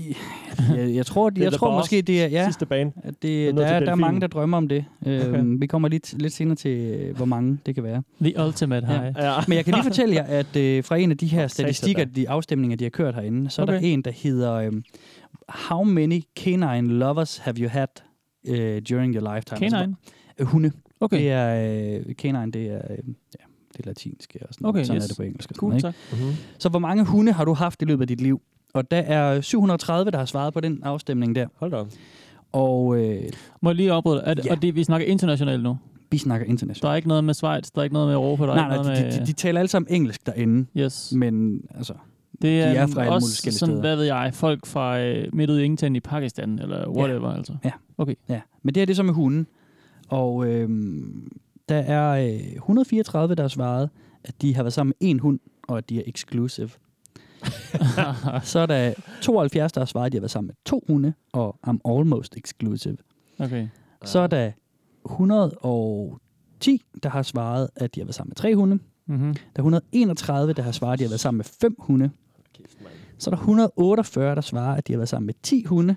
jeg, jeg tror, jeg tror måske, det er... Ja, sidste bane. At det, der, er, der er mange, der drømmer om det. Okay. Uh, vi kommer lidt, lidt senere til, hvor mange det kan være. The ultimate high. Ja. Men jeg kan lige fortælle jer, at uh, fra en af de her statistikker, de afstemninger, de har kørt herinde, så okay. er der en, der hedder um, How many canine lovers have you had uh, during your lifetime? Canine? Altså, uh, hunde. Okay. Det er, uh, canine, det er, uh, ja, det er latinsk og sådan, okay, sådan yes. er det på engelsk. Cool, sådan, ikke? Mm-hmm. Så hvor mange hunde har du haft i løbet af dit liv? Og der er syv hundrede og tredive, der har svaret på den afstemning der. Hold da op. Og, øh, Må jeg lige afbryde? Er det, ja. Og det, vi snakker internationalt nu? Vi snakker internationalt. Der er ikke noget med Schweiz, der er ikke noget med Europa, der nej, er ikke nej, noget de, med... de, de taler alle sammen engelsk derinde. Yes. Men altså... Det er, de er fra alle også mulige forskellige sådan, steder. hvad ved jeg, folk fra øh, midt ud i ingenting i Pakistan, eller whatever, ja. altså. Ja. Okay. Ja, men det er det så med hunden. Og øhm, der er øh, et hundrede og fireogtredive, der har svaret, at de har været sammen med én hund, og at de er exclusive. Så er der tooghalvfjerds, der har svaret, at de har været sammen med to hunde, og I'm almost exclusive. Okay. Så er der et hundrede og ti, der har svaret, at de har været sammen med tre hunde. Mm-hmm. Der er et hundrede og enogtredive, der har svaret, at de har været sammen med fem hunde. Så er der et hundrede og otteogfyrre, der svarer, at de har været sammen med ti hunde.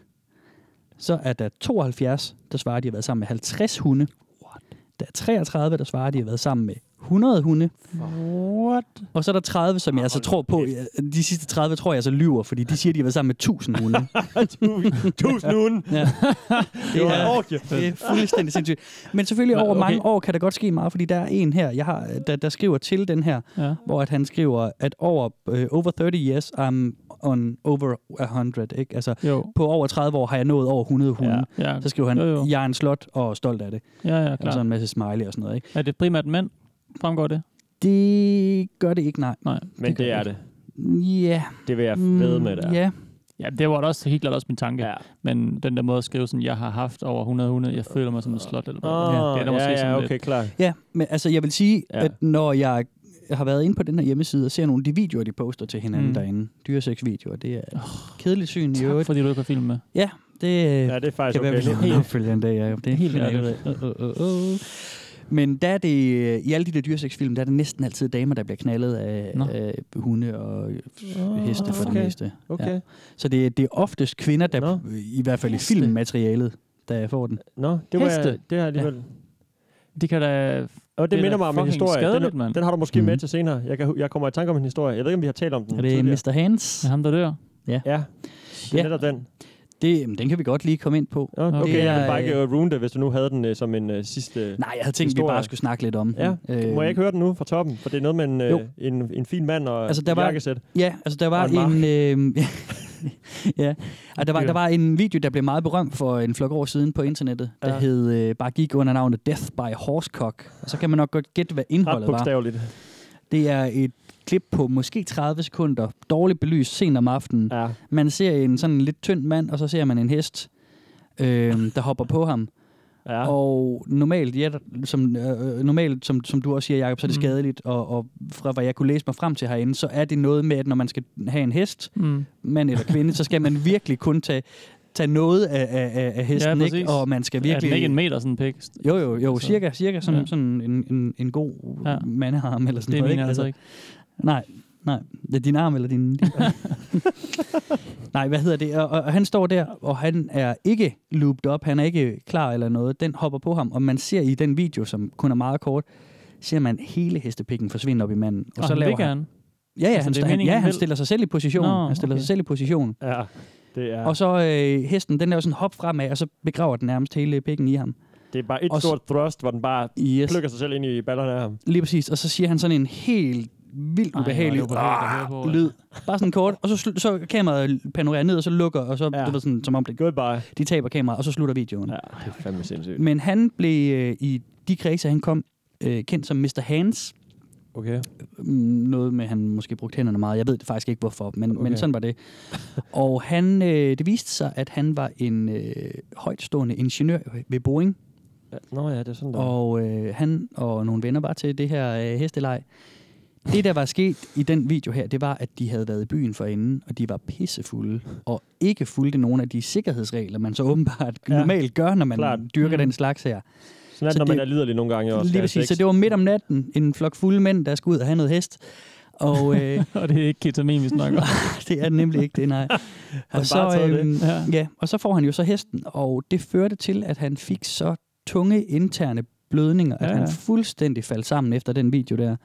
Så er der tooghalvfjerds, der svarer, at de har været sammen med halvtreds hunde. Der er treogtredive, der svarer, at de har været sammen med hundrede hunde. What? Og så er der tredive, som jeg altså tror på. De sidste tredive tror jeg altså lyver, fordi de siger, at de har været sammen med tusind hunde. tusind hunde? Ja. Det er, det er fuldstændig sindssygt. Men selvfølgelig over okay. mange år kan der godt ske meget, fordi der er en her, jeg har, der, der skriver til den her, ja. hvor at han skriver, at over uh, over thirty years, I'm on over a hundred. Ikke? Altså, jo. På over tredive år har jeg nået over hundrede hunde. Ja. Ja. Så skriver han, jo, jo. jeg er en slot og stolt af det. Ja, ja, klar. Og så en masse smiley og sådan noget. Ikke? Er det primært mænd? Fremgår det? Det gør det ikke, nej. nej. Men det, det er det. Ja. Yeah. Det vil jeg ved med det. Ja. Ja, det var da også helt klart også min tanke. Ja. Men den der måde at skrive sådan, jeg har haft over hundrede hunde, jeg føler mig som en slot. Eller oh, ja. Det er der måske ja, ja, okay, lidt. Klar. Ja, men altså jeg vil sige, ja. at når jeg har været inde på den her hjemmeside og ser nogle af de videoer, de poster til hinanden mm. derinde, dyresex-videoer, det er oh, kedeligt syn i øvrigt. Fordi du ikke har filmet med. Ja, det, ja, det er faktisk kan okay. være, vi helt følger en dag. Ja. Det er helt ærligt. Uh, uh, uh, uh. Men der er det, i alle de der dyreseksfilm, der er det næsten altid damer, der bliver knaldet af, af hunde og oh, heste for okay. det meste. Okay. Ja. Så det, det er oftest kvinder, der no. i hvert fald i filmmaterialet, der får den. Nå, det var jeg, det har alligevel. Ja. Det kan da... Og det, det minder mig om en historie. Den, den har du måske mm. med til senere. Jeg, kan, jeg kommer i tanke om en historie. Jeg ved ikke, om vi har talt om den. Er det tidligere. mister Hans? Er ham, der dør? Ja. Ja, det er netop den. Det, den kan vi godt lige komme ind på. Okay, okay. Jeg vil bare ikke uh, rune det, hvis du nu havde den uh, som en uh, sidste Nej, jeg havde tænkt, historie. Vi bare skulle snakke lidt om ja. øh, Må jeg ikke høre den nu fra toppen? For det er noget med en, uh, en, en fin mand og altså, der var, jakkesæt. Ja, altså der var en... en øh, ja, altså, der, var, der var en video, der blev meget berømt for en flok år siden på internettet, der ja. hed, øh, bare gik under navnet Death by Horsecock. Og så kan man nok godt gætte, hvad indholdet var. Det er et klip på måske tredive sekunder, dårligt belyst, sent om aftenen. Ja. Man ser en sådan lidt tynd mand, og så ser man en hest, øh, der hopper på ham. Ja. Og normalt, ja, som, øh, normalt som, som du også siger, Jacob, så er det mm. skadeligt, og, og fra hvad jeg kunne læse mig frem til herinde, så er det noget med, at når man skal have en hest, mm. mand eller kvinde, så skal man virkelig kun tage tage noget af, af, af hesten, ja, ikke? Og man skal virkelig... Er den ikke en meter sådan en pik? Jo, jo, jo, så. cirka, cirka sådan, ja. sådan en, en, en god ja. mandearm eller sådan det noget. Det er min altså ikke. Nej, nej. Det er din arm eller din... din nej, hvad hedder det? Og, og han står der, og han er ikke looped op, han er ikke klar eller noget. Den hopper på ham, og man ser i den video, som kun er meget kort, ser man hele hestepikken forsvinde op i manden. Og, og så laver han... han? Ja, ja, altså, han, st- han, ja, han stiller sig selv i position. Nå, han stiller okay. sig selv i position. Ja. Det er... Og så øh, hesten, den laver sådan hop fremad, og så begraver den nærmest hele pikken i ham. Det er bare et og stort s- thrust, hvor den bare yes. plukker sig selv ind i ballerne af ham. Lige præcis, og så siger han sådan en helt vildt ubehagelig Ej, lyd. Bare sådan kort, og så, sl- så kameraet panorerer ned, og så lukker, og så ja. det var sådan, som om det, Goodbye. De taber kameraet, og så slutter videoen. Ja, det er fandme sindssygt. Men han blev øh, i de kredse, han kom, øh, kendt som mister Hans. Okay. Noget med, at han måske brugte hænderne meget. Jeg ved det faktisk ikke, hvorfor, men, okay. men sådan var det. Og han, øh, det viste sig, at han var en øh, højtstående ingeniør ved Boeing. Ja, nå ja, det er sådan der. Og øh, han og nogle venner var til det her øh, hesteleg. Det, der var sket i den video her, det var, at de havde været i byen forinden, og de var pissefulde, og ikke fulgte nogen af de sikkerhedsregler, man så åbenbart ja. normalt gør, når man Klart. dyrker mm. den slags her. Sådan er det, når man er liderlig nogle gange også. Lige præcis, så det var midt om natten, en flok fulde mænd, der skulle ud og have noget hest. Og, øh, og det er ikke ketamin, vi snakker om. Det er nemlig ikke det, nej. Og så, øh, ja. Ja, og så får han jo så hesten, og det førte til, at han fik så tunge interne blødninger, at ja, ja. han fuldstændig faldt sammen efter den video der.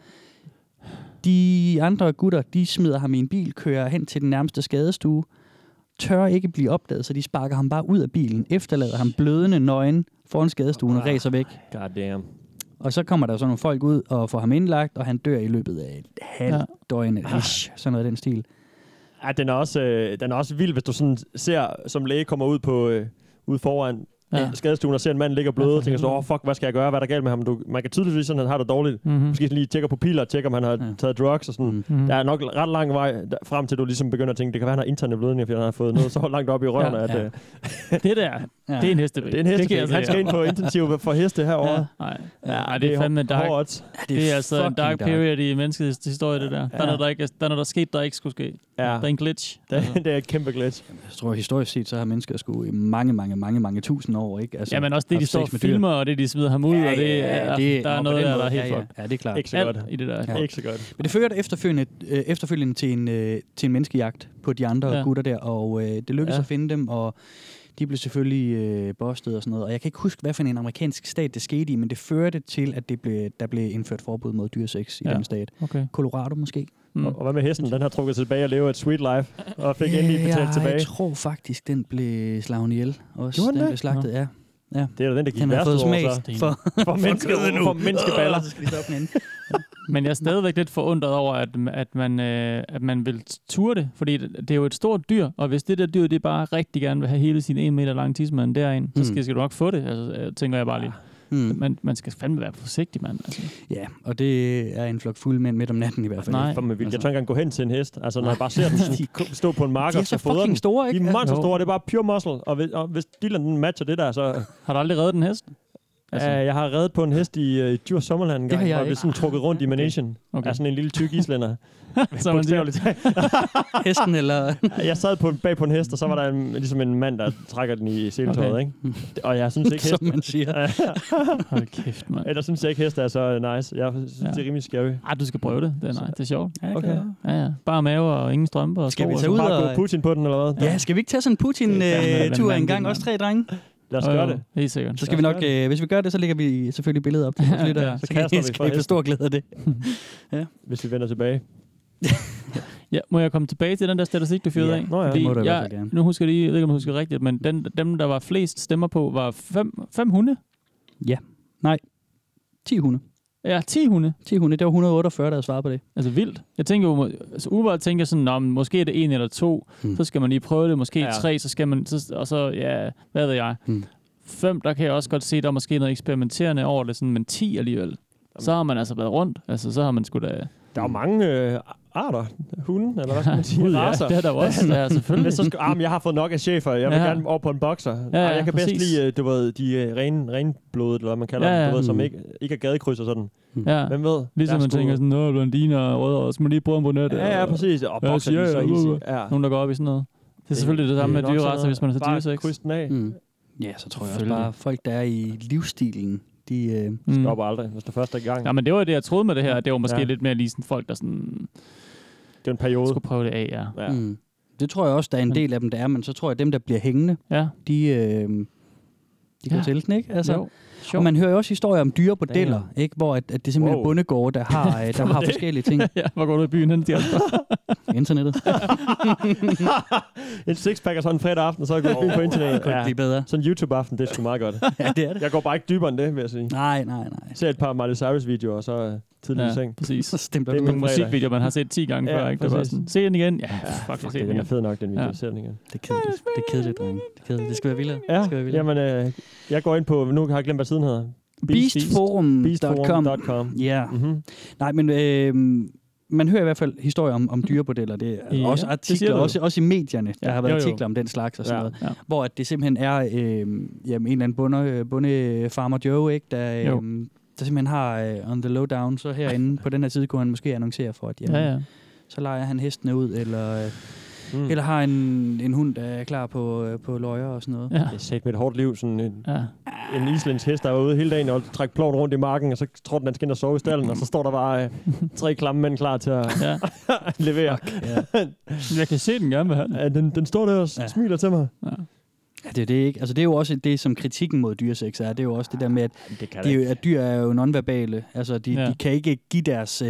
De andre gutter, de smider ham i en bil, kører hen til den nærmeste skadestue, tør ikke blive opdaget, så de sparker ham bare ud af bilen, efterlader ham blødende nøgen foran skadestuen og ræser væk. God damn. Og så kommer der så nogle folk ud og får ham indlagt, og han dør i løbet af et halvt ja. døgn, ish, sådan noget af den stil. Ja, den er også, øh, den er også vild, hvis du sådan ser, som læge kommer ud på øh, ud foran ja. skadestuen og ser en mand ligger bløde, ja, og tænker så, åh, oh, fuck, hvad skal jeg gøre? Hvad er der galt med ham? Du, man kan tydeligvis sådan, at han har det dårligt. Mm-hmm. Måske lige tjekker på piller, tjekker, om han har ja. taget drugs og sådan. Mm-hmm. Der er nok ret lang vej frem til, du ligesom begynder at tænke, det kan være, han har interne blødninger, fordi han har fået noget så langt op i røven, ja, ja. at... Uh... det der, ja. det er en hestepik. Det er en hestepik. Han skal ind på intensiv for heste herovre. Ja. Nej, ja, det er fandme dark. Ja, det, det er altså en dark period i menneskets historie, det der. Der er noget, der, ikke, der, er noget, der skete, der ikke skulle ske. Ja. Der er en glitch. Det, altså. Det er et kæmpe glitch. Jamen, jeg tror, historisk set, så har mennesker sgu i mange, mange, mange, mange tusind år, ikke? Altså, ja, men også det, de står og filmer, og det, de smider ham ud, ja, og det, ja, det der er noget, der, der er helt ja, ja. ja, det er klart. Ikke så godt. I det der. Ja. Ikke så godt. Men det førte efterfølgende, øh, efterfølgende til, en, øh, til en menneskejagt på de andre ja. gutter der, og øh, det lykkedes ja. at finde dem, og de blev selvfølgelig øh, bustet og sådan noget. Og jeg kan ikke huske, hvad for en amerikansk stat det skete i, men det førte til, at det blev, der blev indført forbud mod dyresex i ja. den stat. Okay. Colorado måske. Mm. Og, og hvad med hesten? Den har trukket tilbage og lever et sweet life, og fik yeah, endelig betalt ja, tilbage. Jeg tror faktisk, den blev slagen ihjel. Også. Gjorde den, den det? blev slagtet, ja. ja. Det er jo den, der gik den værst over, så. For, for, menneske, for menneskeballer. Oh, så skal de stoppe den Men jeg er stadigvæk lidt forundret over, at, at, man, øh, at man vil ture det, fordi det, det er jo et stort dyr, og hvis det der dyr, det bare rigtig gerne vil have hele sin en meter lange tidsmand derind, mm. så skal, skal du nok få det, altså, tænker jeg bare lige. Mm. Man, man skal fandme være forsigtig, mand. Altså. Ja, og det er en flok fulde mænd midt om natten i hvert fald. Nej, for mig vildt. Jeg tør ikke engang gå hen til en hest. Altså, når jeg bare ser den stå på en marker, de er så fucking store, ikke? De er monster store, det er bare pure muscle, og hvis, og hvis dealeren den matcher det der, så... Har du aldrig reddet en hest? Altså. Uh, jeg har reddet på en hest i uh, Djurs Sommerland en gang, og vi sådan trukket rundt i managen. Okay. Er sådan en lille tyk islænder. Så man siger hesten eller... Jeg sad på, bag på en hest, og så var der en, ligesom en mand, der trækker den i seletøjet, okay. ikke? Og jeg synes ikke hest... Som man siger. Hold kæft, mand. Ellers synes jeg ikke hest er så nice. Jeg synes, ja. det er rimelig scary. Ej, du skal prøve det. Det er nice. Det er sjovt. Ja, okay. Ja, ja. Bare mave og ingen strømper. Og skal vi tage ud og... Bare gå Putin på den, eller hvad? Ja, skal vi ikke tage sådan en Putin-tur en gang? Også tre drenge? Lad os gøre det. Helt sikkert. Så skal vi nok, øh, hvis vi gør det, så lægger vi selvfølgelig billedet op til vores lytter. Ja, så, så kan I skabe stor glæde af det. Ja. Hvis vi vender tilbage. Ja, må jeg komme tilbage til den der statistik, du fyrede ja. af? Nå, ja. Fordi må du jeg, nu husker jeg lige, jeg ved ikke, om du husker rigtigt, men den, dem, der var flest stemmer på, var fem, fem hunde? Ja. Nej. ti hunde. Ja, ti hunde. ti hunde. Det var et hundrede og otteogfyrre, der havde svaret på det. Altså vildt. Jeg tænker jo, altså umiddelbart tænker sådan, nå, måske er det en eller to, hmm. så skal man lige prøve det. Måske ja. tre, så skal man, så, og så, ja, hvad ved jeg. Hmm. Fem, der kan jeg også godt se, der er måske noget eksperimenterende over det, sådan, men ti alligevel. Så har man altså været rundt. Altså, så har man sgu da... Der er jo mange øh, arter, hunde, eller hvad skal man sige, ja, racer. det er der også, ja, selvfølgelig. Så skal, ah, jeg har fået nok af chefer, jeg vil ja. gerne over på en bokser. Ja, ja, ah, jeg kan præcis. bedst lide, du ved, de ren, renblodede, eller hvad man kalder ja, ja. dem, du ved, som ikke, ikke er gadekryds og sådan. Ja. Hvem ved? Ligesom man tænker sådan, nå, blondiner og rødder, og så må lige bruge dem på nettet. Ja, ja, præcis. Og bokser, de er så easy. Ja. Nogen, der går op i sådan noget. Det er selvfølgelig det samme med dyreracer, hvis man har så dyresex. Bare kryds den af. Mm. Ja, så tror jeg også bare, folk, der er i livsstilen, de øh, mm. stopper aldrig, hvis det første er i gang. Ja, men det var det, jeg troede med det her. Det var måske ja. lidt mere lige sådan folk, der sådan... Det er en periode. Skulle prøve det af, ja. ja. Mm. Det tror jeg også, der er en del af dem, der er, men så tror jeg, at dem, der bliver hængende, ja. de, øh, de går ja. til den, ikke? Altså, jo. Og man hører jo også historier om dyrebordeller, ikke? Hvor at, at det simpelthen wow. er bondegårde, der har, der har forskellige ting. Ja, hvor går du i byen hen til internettet. En sixpack og sådan en fredag aften, så er jeg gået på internettet. Ja. Det er bedre. Sådan en YouTube-aften, det er sgu meget godt. Ja, det er det. Jeg går bare ikke dybere end det, vil jeg sige. Nej, nej, nej. Ser et par Miley Cyrus-videoer, og så tidlig ja, i seng. Præcis. Så stemmer det er nogle musikvideoer, man har set ti gange ja, før, ikke? Det var sådan, se den igen. Ja, ja fuck, det, den er fed nok, den video. Ja. Se den igen. Det er kedeligt, det er kedeligt, drenge. Det er kedeligt. Det skal være vildere. Ja, skal være vildere. Jamen, øh, jeg går ind på, nu har jeg glemt, hvad siden hedder. Beastforum punktum com. Ja. Mm-hmm. Nej, men øh, man hører i hvert fald historier om, om dyrebordeller. Det er ja, også artikler, også, også i medierne. Der ja, har været jo, jo. artikler om den slags og sådan ja, noget. Ja. Hvor at det simpelthen er øh, jamen, en eller anden bunde, bunde Farmer Joe, ikke, der, øh, der simpelthen har øh, on the lowdown. Så herinde på den her side kunne han måske annoncere for, at jamen, ja, ja. så leger han hestene ud, eller... Øh, Mm. Eller har en, en hund, der er klar på, på løjer og sådan noget. Ja. Det er sat med et hårdt liv. Sådan en, ja. en islandsk hest, der var ude hele dagen og trækker ploven rundt i marken, og så tror den, den skal ind og sove i stallen, og så står der bare øh, tre klamme mænd klar til at ja. levere. Ja. Jeg kan se den gerne med ja, den, den står der og ja. smiler til mig. Ja. Ja, det er det ikke. Altså det er jo også det, som kritikken mod dyresex er. Det er jo også det der med, at, det de, jo, at dyr er jo nonverbale. Altså de, ja. de kan ikke give deres... Øh,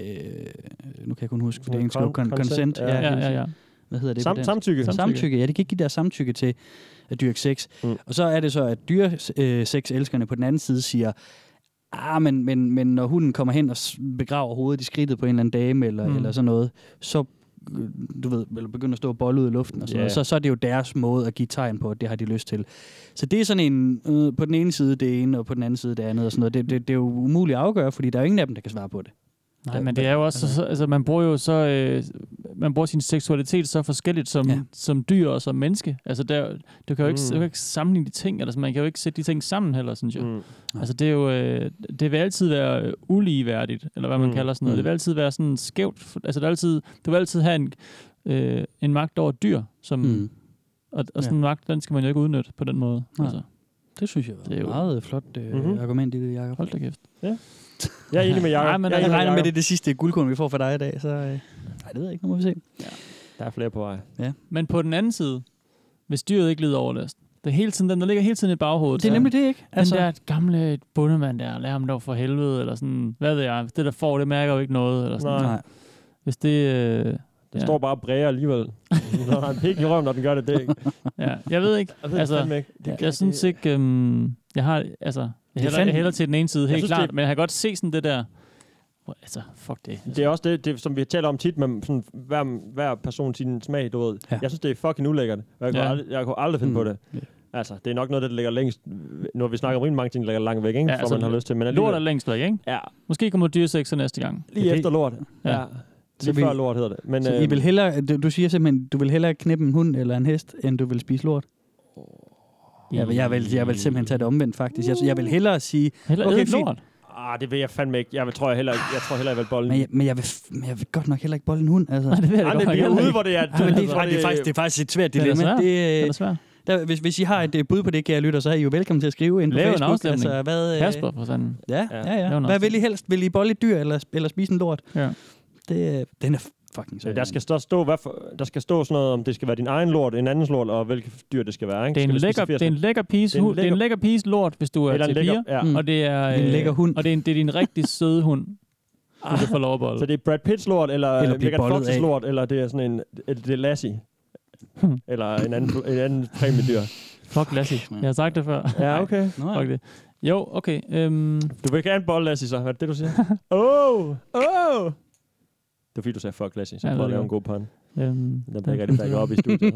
nu kan jeg kun huske, for det engelske Con- consent. consent. Ja, ja, ja. ja. Hvad hedder det? Sam- samtykke. samtykke. Samtykke, ja. De kan ikke give deres samtykke til at dyrke sex. Mm. Og så er det så, at dyresexelskerne på den anden side siger, ah, men, men, men når hunden kommer hen og begraver hovedet i skridtet på en eller anden dame, eller, mm. eller sådan noget, så du ved, eller begynder at stå og bolle ud i luften og sådan yeah. noget, så, så er det jo deres måde at give tegn på, at det har de lyst til. Så det er sådan en, øh, på den ene side det ene, og på den anden side det andet og sådan noget. Det, det, det er jo umuligt at afgøre, fordi der er jo ingen af dem, der kan svare på det. Nej, men det er jo også, så, altså man bruger jo så, øh, man bruger sin seksualitet så forskelligt som, ja. som dyr og som menneske. Altså der, du kan jo ikke, mm. du kan ikke sammenligne de ting, altså man kan jo ikke sætte de ting sammen heller, synes jeg. Mm. Altså det er jo, øh, det vil altid være uligeværdigt, eller hvad man mm. kalder sådan noget. Mm. Det vil altid være sådan skævt, altså det vil altid, du vil altid have en, øh, en magt over dyr, som, mm. og, og sådan ja. en magt, den skal man jo ikke udnytte på den måde. Altså. Det synes jeg var et meget flot øh, mm-hmm. argument i det, Jacob. Hold da kæft. Ja. Jeg er enig med Jacob. Nej, men jeg, jeg regner med, det er det sidste guldkorn, vi får fra dig i dag, så øh, nej, det ved jeg ikke, nu må vi se. Ja. Der er flere på vej. Ja. Men på den anden side, hvis dyret ikke lider overlast, det er hele tiden, den der ligger hele tiden i baghovedet. Det er nemlig det, ikke? Altså, den der gamle bondemand der, lad ham dog for helvede, eller sådan, hvad ved jeg, det der får, det mærker jo ikke noget, eller sådan. Nej. Hvis det... Øh, den ja. står bare og bræger alligevel. Når han pik i røven, når den gør det, det ikke. Ja, jeg ved ikke. Jeg, ved altså, det ikke. Det, jeg synes ikke, øhm, jeg har, altså, jeg hælder, jeg hælder til den ene side, helt synes, klart, det... men jeg har godt set sådan det der, altså, fuck det. Det er også det, det som vi taler om tit, med sådan, hver, hver person sin smag, du ved. Ja. Jeg synes, det er fucking ulækkert. Jeg kunne, ja. aldrig, jeg kunne aldrig finde mm. på det. Ja. Altså, det er nok noget, der ligger længst... Når vi snakker om rimelig mange ting, der ligger langt væk, ikke? Ja, for altså, man har lyst til. Men lort er længst væk, ikke? Ja. Måske kommer dyresex næste gang. Lige efter lort. Ja. ja. Lige vi, før lort hedder det. Men, så øh, I vil hellere, du, du siger simpelthen, du vil hellere knippe en hund eller en hest, end du vil spise lort? Jeg vil, jeg vil, jeg vil simpelthen tage det omvendt, faktisk. Jeg, jeg vil hellere sige... Hellere okay, lort? Ah, det vil jeg fandme ikke. Jeg vil, tror jeg heller ikke. Jeg tror heller jeg vil bolle. Men jeg, men jeg vil, men jeg vil godt nok heller ikke bolle en hund, altså. Nej, det vil jeg Ej, det bliver ude, hvor det er. Ja, men det, er, det, er faktisk, det er faktisk et svært dilemma. Det er, det, det er svært. Der, hvis, hvis I har et uh, bud på det, kan jeg lytte, så er I jo velkommen til at skrive ind på Lave Facebook. En afstemning. Altså, hvad, Kasper, for sådan. Ja, ja, ja. Hvad vil I helst? Vil I bolle et dyr, eller, eller spise en lort? Ja. Det, den er fucking så. Der skal stå, stå, hvad for, der skal stå sådan noget, om det skal være din egen lort, en andens lort, og hvilket dyr det skal være. Ikke? Det er en lækker, det er en lækker piece, det er en lækker piece lort, hvis du er til piger, ja. mm. og det er en lækker hund, og det er, en, det er din rigtig søde hund. Du kan få lov at bolle. Så det er Brad Pitts lort, eller, eller Megan Fox's lort, eller det er sådan en, det er Lassie, eller en anden, en anden præmiedyr. Fuck Lassie. Jeg har sagt det før. Ja, okay. Fuck det. Jo, okay. Um... Du vil gerne bolle Lassie, så. Hvad er det, du siger? Åh! Åh! Oh! Det er fordi, du sagde fuck Lassie, så ja, prøv at lave en god pun. Um, den bliver ikke rigtig backet op i studiet.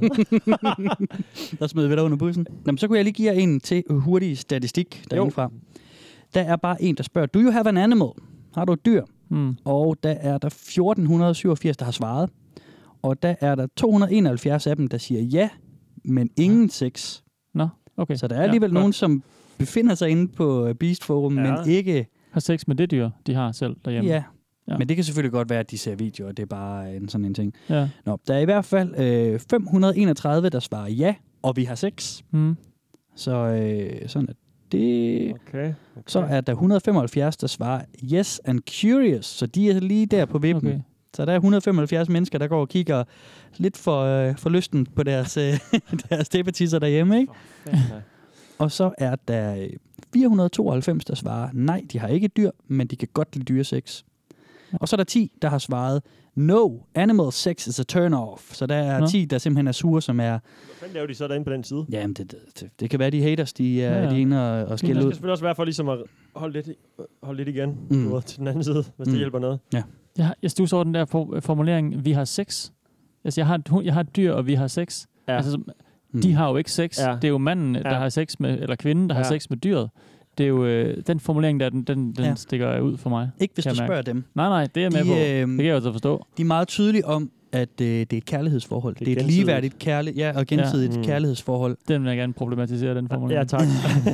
Der smed vi dig under bussen. Jamen, så kunne jeg lige give jer en til hurtig statistik derindefra. Der er bare en, der spørger, do you have an animal? Har du et dyr? Mm. Og der er der fjorten syvogfirs, der har svaret. Og der er der to hundrede enoghalvfjerds af dem, der siger ja, men ingen sex. Nå, okay. Så der er alligevel ja, nogen, som befinder sig inde på Beast Forum, ja. men ikke... Har sex med det dyr, de har selv derhjemme. Ja. Ja. Men det kan selvfølgelig godt være, at de ser videoer, og det er bare en sådan en ting. Ja. Nå, der er i hvert fald øh, fem hundrede enogtredive, der svarer ja, og vi har sex. Mm. Så øh, sådan er det. Okay, okay. Så er der et hundrede femoghalvfjerds, der svarer yes and curious, så de er lige der på vippen. Okay. Så der er et hundrede femoghalvfjerds mennesker, der går og kigger lidt for, øh, for lysten på deres, øh, deres tæppetisser derhjemme, ikke? Okay. Og så er der fire hundrede tooghalvfems, der svarer nej, de har ikke dyr, men de kan godt lide dyresex. Og så er der ti, der har svaret, no, animal sex is a turn-off. Så der er Nå. ti, der simpelthen er sure, som er... Hvad fanden laver de så derinde på den side? Jamen, det, det, det kan være, de haters, de er ja, ja. de ene og, og skille ud. Det skal selvfølgelig også være for ligesom at holde lidt, holde lidt igen mm. til den anden side, hvis mm. det hjælper noget. Ja. Jeg, jeg stusser over den der for, formulering, vi har sex. Altså, jeg har, et, jeg har et dyr, og vi har sex. Ja. Altså, mm. de har jo ikke sex. Ja. Det er jo manden, der ja. har sex med, eller kvinden, der ja. har sex med dyret. Det er jo øh, den formulering der, den, den, den ja. stikker ud for mig. Ikke hvis du spørger dem. Nej, nej, det er jeg med de, på. Det kan jeg jo så forstå. De er meget tydelige om, at øh, det er et kærlighedsforhold. Det er, det er et ligeværdigt kærlighed, ja, og gensidigt ja. mm. kærlighedsforhold. Den vil jeg gerne problematisere, den formulering. Ja, tak.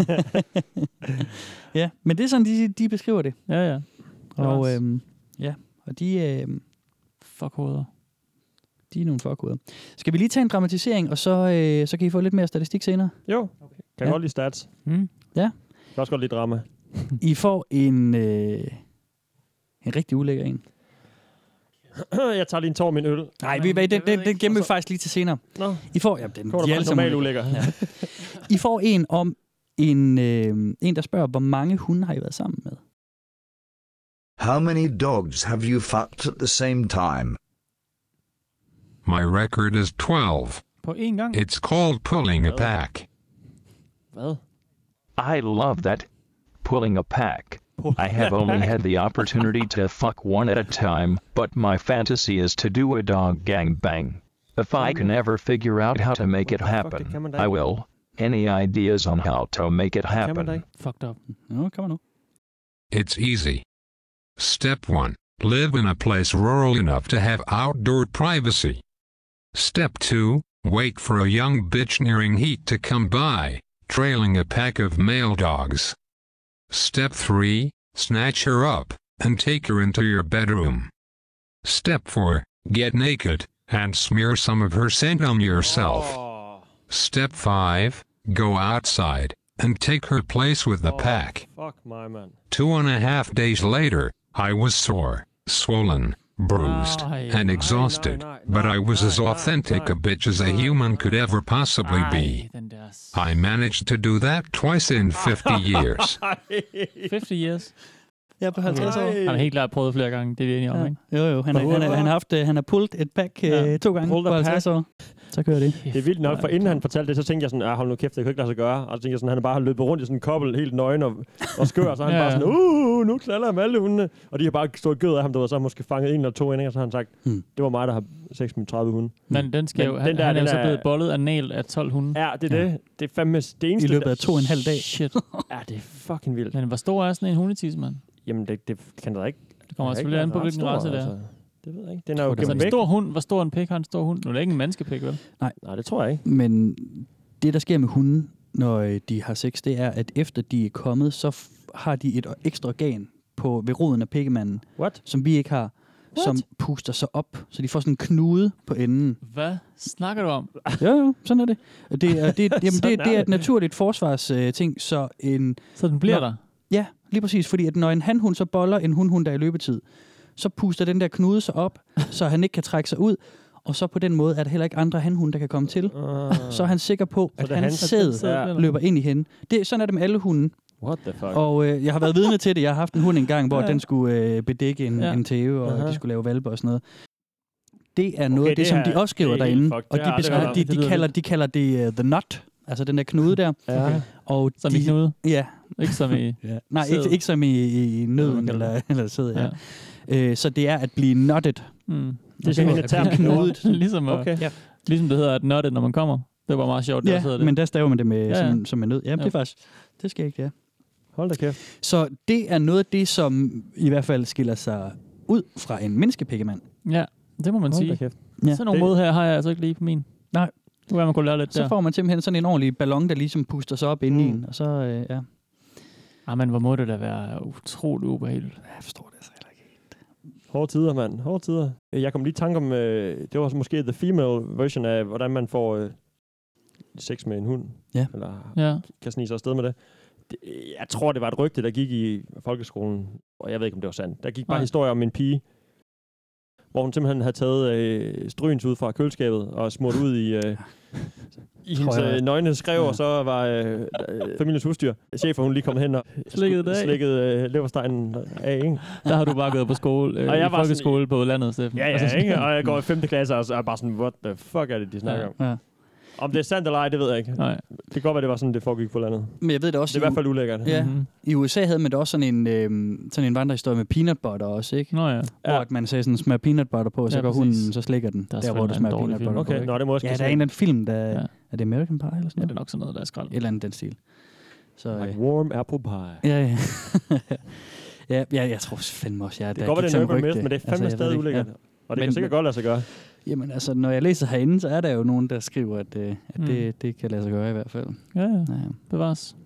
Ja, men det er sådan, de, de beskriver det. Ja, ja. Og, øhm, ja, og de... Øh, fuckhoveder. De er nogle fuckhoveder. Skal vi lige tage en dramatisering, og så, øh, så kan I få lidt mere statistik senere? Jo, okay. Kan jeg ja. godt lide stats. Mm. Ja. Jeg kan også godt lide drama. I får en, øh, en rigtig ulækker en. Jeg tager lige en tår min øl. Nej, vi, den, den, den gemmer vi faktisk lige til senere. Nå. I får, ja, den, de er normalt ulækker. Ja. I får en om en, øh, en, der spørger, hvor mange hunde har I været sammen med? How many dogs have you fucked at the same time? My record is twelve. På en gang? It's called pulling a pack. Hvad? I love that. Pulling a pack. I have only had the opportunity to fuck one at a time, but my fantasy is to do a dog gangbang. If I can ever figure out how to make it happen, I will. Any ideas on how to make it happen? Fucked up. No, come on. It's easy. Step one. Live in a place rural enough to have outdoor privacy. Step two. Wait for a young bitch nearing heat to come by, trailing a pack of male dogs. Step three. Snatch her up and take her into your bedroom. Step four. Get naked, and smear some of her scent on yourself. Oh. Step five, go outside and take her place with the oh, pack. Fuck my man. Two and a half days later, I was sore, swollen, bruised, Nej, and exhausted, nej, nej, but I was nej, as nej, authentic nej, a bitch as a human could ever possibly Ej, be. den der... s- I managed to do that twice in fifty years. halvtreds years. Ja, på halvtreds år. Han har helt klart prøvet flere gange, det er vi enige om, Ja. ikke? Jo, jo. Han, er, han, er, han, har haft, øh, han har pullet et pack øh, Ja. to gange Pulled på a halvtreds pack. år. Så kører det. Det er vildt nok, for inden han fortalte det, så tænkte jeg sådan, ah, hold nu kæft, det kan ikke lade sig gøre. Og så tænkte jeg sådan, han er bare løbet rundt i sådan en kobbel, helt nøgen og, og skør, så han Ja, bare ja. sådan, uh, nu knaller jeg med alle hundene. Og de har bare stået gød af ham, der var så måske fanget en eller to endinger, så har han sagt, Hmm. det var mig, der har sex med tredive hunde. Men den skal Men jo... den Han, der- han er jo den så er- blevet bollet anal af tolv hunde. Ja, det er det. Det er fandme det eneste. I løbet af to og en halv dag. Shit. Ja, det er fucking vildt. Men hvor stor er sådan en hundetis, mand? Jamen, det, det kan da ikke... Det kommer det kan selvfølgelig ikke an på, være hvilken ret race stor, det er. altså. Det ved jeg ikke. Den er jo Altså gemt en væk. stor hund, hvor stor en pik har en stor hund? Nu er det ikke en menneskepik, vel? Nej. Nej, det tror jeg ikke. Men det, der sker med hunden, når øh, de har sex, det er, at efter de er kommet, så f- har de et ekstra organ på, ved roden af pikkemanden, What? som vi ikke har, What? som puster sig op, så de får sådan en knude på enden. Hvad snakker du om? Jo, jo, sådan er det. Det er, det, jamen, det, Sådan er det er det. et naturligt forsvarsting, øh, ting, så en... Så den bliver når, der? Ja, lige præcis, fordi at når en hanhund så boller en hundhund, der er i løbetid, så puster den der knude sig op, så han ikke kan trække sig ud, og så på den måde er der heller ikke andre hanhunde, der kan komme til. Uh. Så er han sikker på, Så at det er hans hans sæd sæd, eller? løber ind i hende. Det, sådan er det med alle hunde. What the fuck? Og øh, jeg har været vidne til det. Jeg har haft en hund engang, hvor Ja. den skulle øh, bedække en, Ja. ja. en tæve, og Aha. de skulle lave valpe og sådan noget. Det er noget Okay, af det, det som er- de også skriver det er helt derinde. fucked. Og Det de, har jeg aldrig beskriver, hørt om. de, Det de, lyder kalder, vildt. de kalder det uh, the nut, altså den der knude der. Ja. Og Som de, i knude? Ja. Ikke som i... ja. Nej, sæd. ikke, ikke som i, i, i nøden Okay. eller, eller sæd, ja. Ja. ja. Øh, så det er at blive nuttet. Mm. Det er simpelthen et term. Knudet. ligesom, Okay. okay. ligesom det hedder at nuttet, når man kommer. Det var meget sjovt, der Ja, også hedder det. men der staver man det med, Ja, ja, ja. som, som en nød. Jamen, Ja. det er faktisk... Det skal ikke, ja. Hold da kæft. Så det er noget af det, som i hvert fald skiller sig ud fra en menneskepikkemand. Ja, det må man Hold da sige. kæft. Ja. Sådan nogle Det- måde her har jeg altså ikke lige på min. Nej. Nu er man kunne lære lidt Så der. får man simpelthen sådan en ordentlig ballon, der ligesom puster sig op inde i Mm. en. Og så, øh, ja. Ah, men hvor må det da være utroligt ubehageligt. Jeg forstår det altså heller ikke. Hårde tider, mand. Hårde tider. Jeg kom lige i tanke om, øh, det var måske the female version af, hvordan man får øh, sex med en hund. Ja. Eller Ja. kan snige sig afsted med det. det. Jeg tror, det var et rygte, der gik i folkeskolen. Og jeg ved ikke, om det var sandt. Der gik bare Nej. historie om en pige, hvor hun simpelthen havde taget øh, strygens ud fra køleskabet og smurt ud i, øh, i hendes jeg. øh, nøgne skrev, ja. Og så var øh, øh, familiens husdyr. Chefer, hun lige kom hen og Slikket det af. slikket øh, leverstegen af, ikke? Der har du bare gået på skole, øh, Og jeg i var folkeskole på landet, Steffen. Ja, ja, Altså, ikke? Og jeg går i femte klasse, og så er jeg bare sådan, what the fuck er det, de snakker Ja. om? Ja. Om det er sandt eller ej, det ved jeg ikke. Nej. Det kan godt være, det var sådan, det foregik på landet. Men jeg ved det også... Det er i hvert fald ulækkert. Ja, Mhm. i U S A havde man da også sådan en, øh, sådan en vandrehistorie med peanut butter også, ikke? Nå ja. Hvor Ja. at man sagde sådan, smør peanut butter på, og så Ja, går præcis. hunden, så slikker den. Der er Der, hvor du selvfølgelig smager en dårlig peanut butter film. på. Okay, ikke? nå, det må jeg Ja, skal der er en eller anden film, der... Ja. Er det American Pie eller sådan Ja, noget? det er nok sådan noget, der er skrald. Et eller andet den stil. Så, Like øh, warm apple pie. ja, ja. ja, ja, jeg tror fandme også, jeg Det kan godt være, det er en urban myth, men det er fandme stadig ulækkert. Og det kan Men- sikkert godt lade sig gøre. Jamen altså, når jeg læser herinde, så er der jo nogen, der skriver, at, øh, at Mm. det, det kan lade sig gøre i hvert fald. Ja, ja. Ja. Bevares.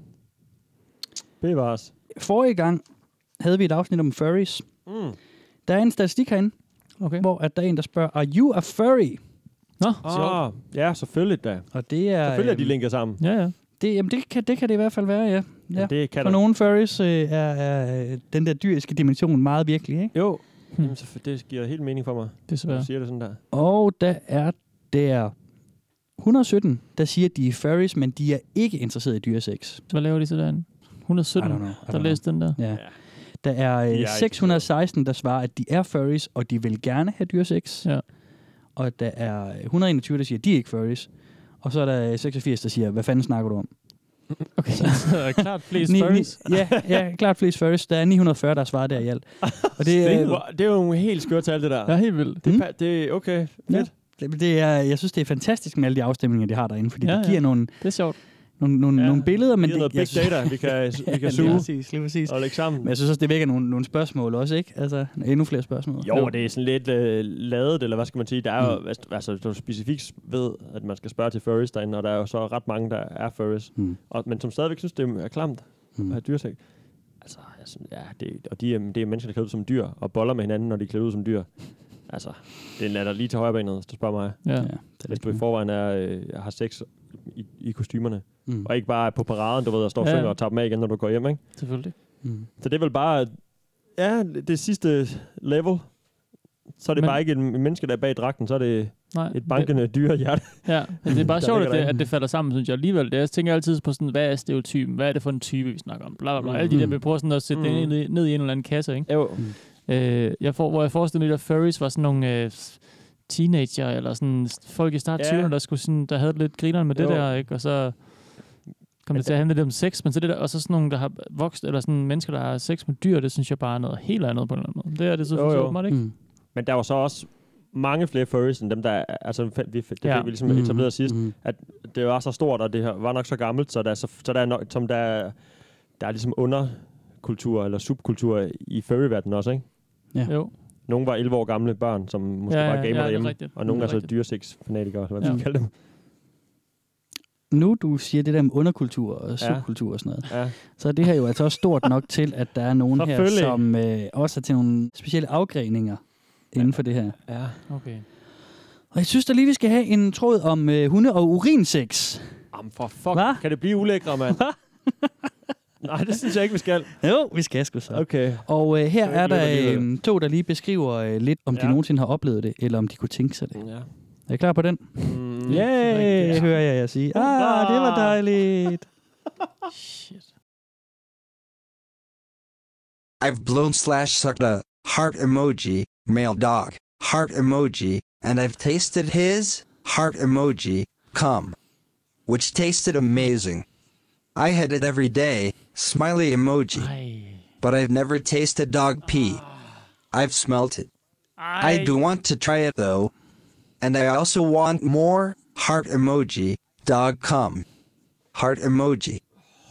Bevares. Forrige gang havde vi et afsnit om furries. Mm. Der er en statistik herinde, Okay. hvor at der er en, der spørger, are you a furry? Nå, Ah, ja, selvfølgelig da. Og det er... Selvfølgelig er de øhm, linket sammen. ja, ja. det, jamen, det kan, det kan det i hvert fald være, ja. ja. Det kan For der. nogle furries øh, er, er den der dyriske dimension meget virkelig, ikke? Jo. Hmm. Jamen, så det giver helt mening for mig. Desværre. Du siger det sådan der. Og der er der et hundrede og sytten, der siger, at de er furries, men de er ikke interesseret i dyresex. Hvad laver de så derinde? et hundrede og sytten, I don't know, I don't der læste den der. Ja. Ja. Der er De er øh, ikke seks hundrede og seksten, der svarer, at de er furries, og de vil gerne have dyresex. Ja. Og der er et hundrede og enogtyve, der siger, at de er ikke furries. Og så er der seksogfirs, der siger, hvad fanden snakker du om? Okay, så er der klart flest Ni- ni- furries. ja, ja, klart flest furries. Der er ni hundrede og fyrre, der svarer der i alt. Og det, øh, Det er jo nogle helt skøre tal, det der. Ja, helt vildt. Det, Mm. er pa- det er okay. Ja. Fedt. det, det er, jeg synes, det er fantastisk med alle de afstemninger, de har derinde, fordi Ja, ja, ja. det giver nogle, Det er sjovt. nogle, nogle, Ja. nogle billeder. Men Men det er det, noget jeg big data, vi kan, vi kan ja, lige suge præcis, lige præcis. og lægge sammen. Men jeg synes også, det vækker nogle, nogle spørgsmål også, ikke? Altså, endnu flere spørgsmål. Jo, det er sådan lidt øh, ladet, eller hvad skal man sige. Der er jo, Mm. mm. altså, du specifikt ved, at man skal spørge til furries derinde, og der er jo så ret mange, der er furries. Mm. Og, men som stadigvæk synes, det er klamt Mm. at have dyrsæk. Altså, altså, ja, det, og de er, det er mennesker, der klæder ud som dyr, og boller med hinanden, når de er klædet ud som dyr. Altså, det er lige til højrebenet, hvis du spørger mig. Ja. Ja, hvis du i forvejen er, øh, har sex i, i kostymerne. Mm. Og ikke bare på paraden, du ved, og står og ja. synger og tager dem af igen, når du går hjem, ikke? Selvfølgelig. Mm. Så det er vel bare, ja, det sidste level. Så er det Men, bare ikke en menneske, der er bag dragten, så er det nej, et bankende det, dyre hjerte. Ja, det er bare sjovt, at det, at det falder sammen, synes jeg alligevel. Det, jeg tænker altid på sådan, hvad er stereotypen? Hvad er det for en type, vi snakker om? Bla, bla, bla. Mm. Alle de der, vi prøver sådan at sætte mm. det ned, ned i en eller anden kasse, ikke? Jo. Mm. Øh, jeg får, hvor jeg forestiller mig, at furries var sådan nogle øh, teenager, eller sådan folk i start tyverne, ja. der, skulle sådan, der havde lidt grineren med jo. det der, ikke? Og så kom det til at handle lidt om sex, men så det der, og så sådan nogle, der har vokset, eller sådan mennesker, der har sex med dyr, det synes jeg bare er noget helt andet på en eller anden måde. Det er det så for mig, ikke? Mm. Men der var så også mange flere furries, end dem, der altså, vi, det fik ja. vi ligesom etableret mm. sidst, mm. at det var så stort, og det var nok så gammelt, så der er, så, så der er, nok, som der, der er ligesom underkultur, eller subkultur i furry-verdenen også, ikke? Ja. Jo. Nogle var elleve år gamle børn, som måske ja, ja, bare gamer ja, derhjemme, og nogle er, er så dyresex-fanatikere, hvad ja. vi kalder dem. Nu du siger det der med underkultur og subkultur ja. og sådan noget, ja. så er det her jo altså også stort nok til, at der er nogen her, som øh, også er til nogle specielle afgreninger inden ja. for det her. Ja, okay. Og jeg synes da lige, vi skal have en tråd om øh, hunde- og urinsex. Jamen for fuck, Hva? Kan det blive ulækre, mand? Nej, det synes jeg ikke, vi skal. Jo, vi skal sgu så. Okay. Og øh, her er der øh, to, der lige beskriver øh, lidt, om ja. de nogensinde har oplevet det, eller om de kunne tænke sig det. Ja. Er I klar på den? Mm, yeah, ja, hører jeg jer sige. Ah, det var dejligt. Shit. I've blown slash sucked a heart emoji, male dog, heart emoji, and I've tasted his heart emoji, cum, which tasted amazing. I had it every day, smiley emoji, Aye. but I've never tasted dog pee. I've smelt it. Aye. I do want to try it though. And I also want more heart emoji, dog cum, heart emoji.